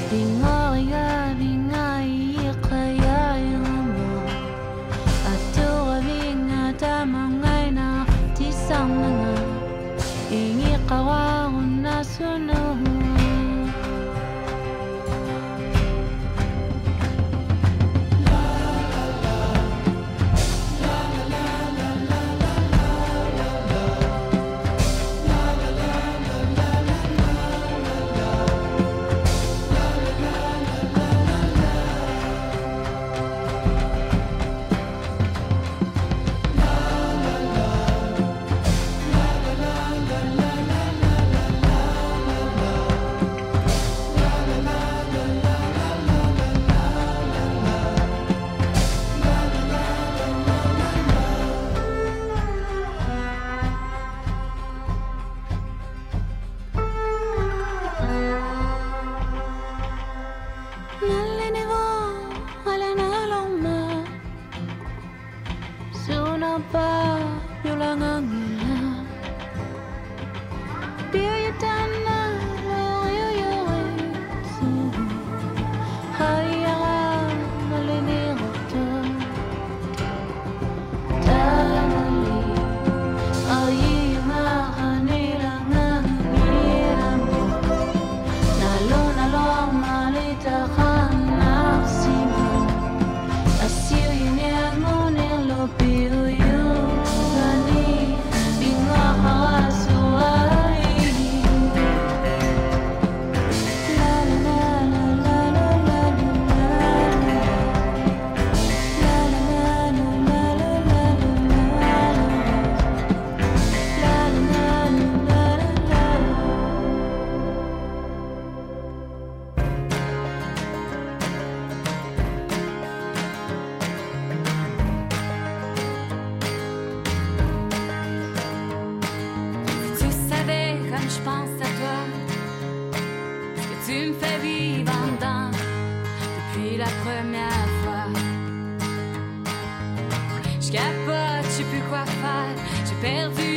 Speaker 8: Je capote, je sais plus quoi faire. J'ai perdu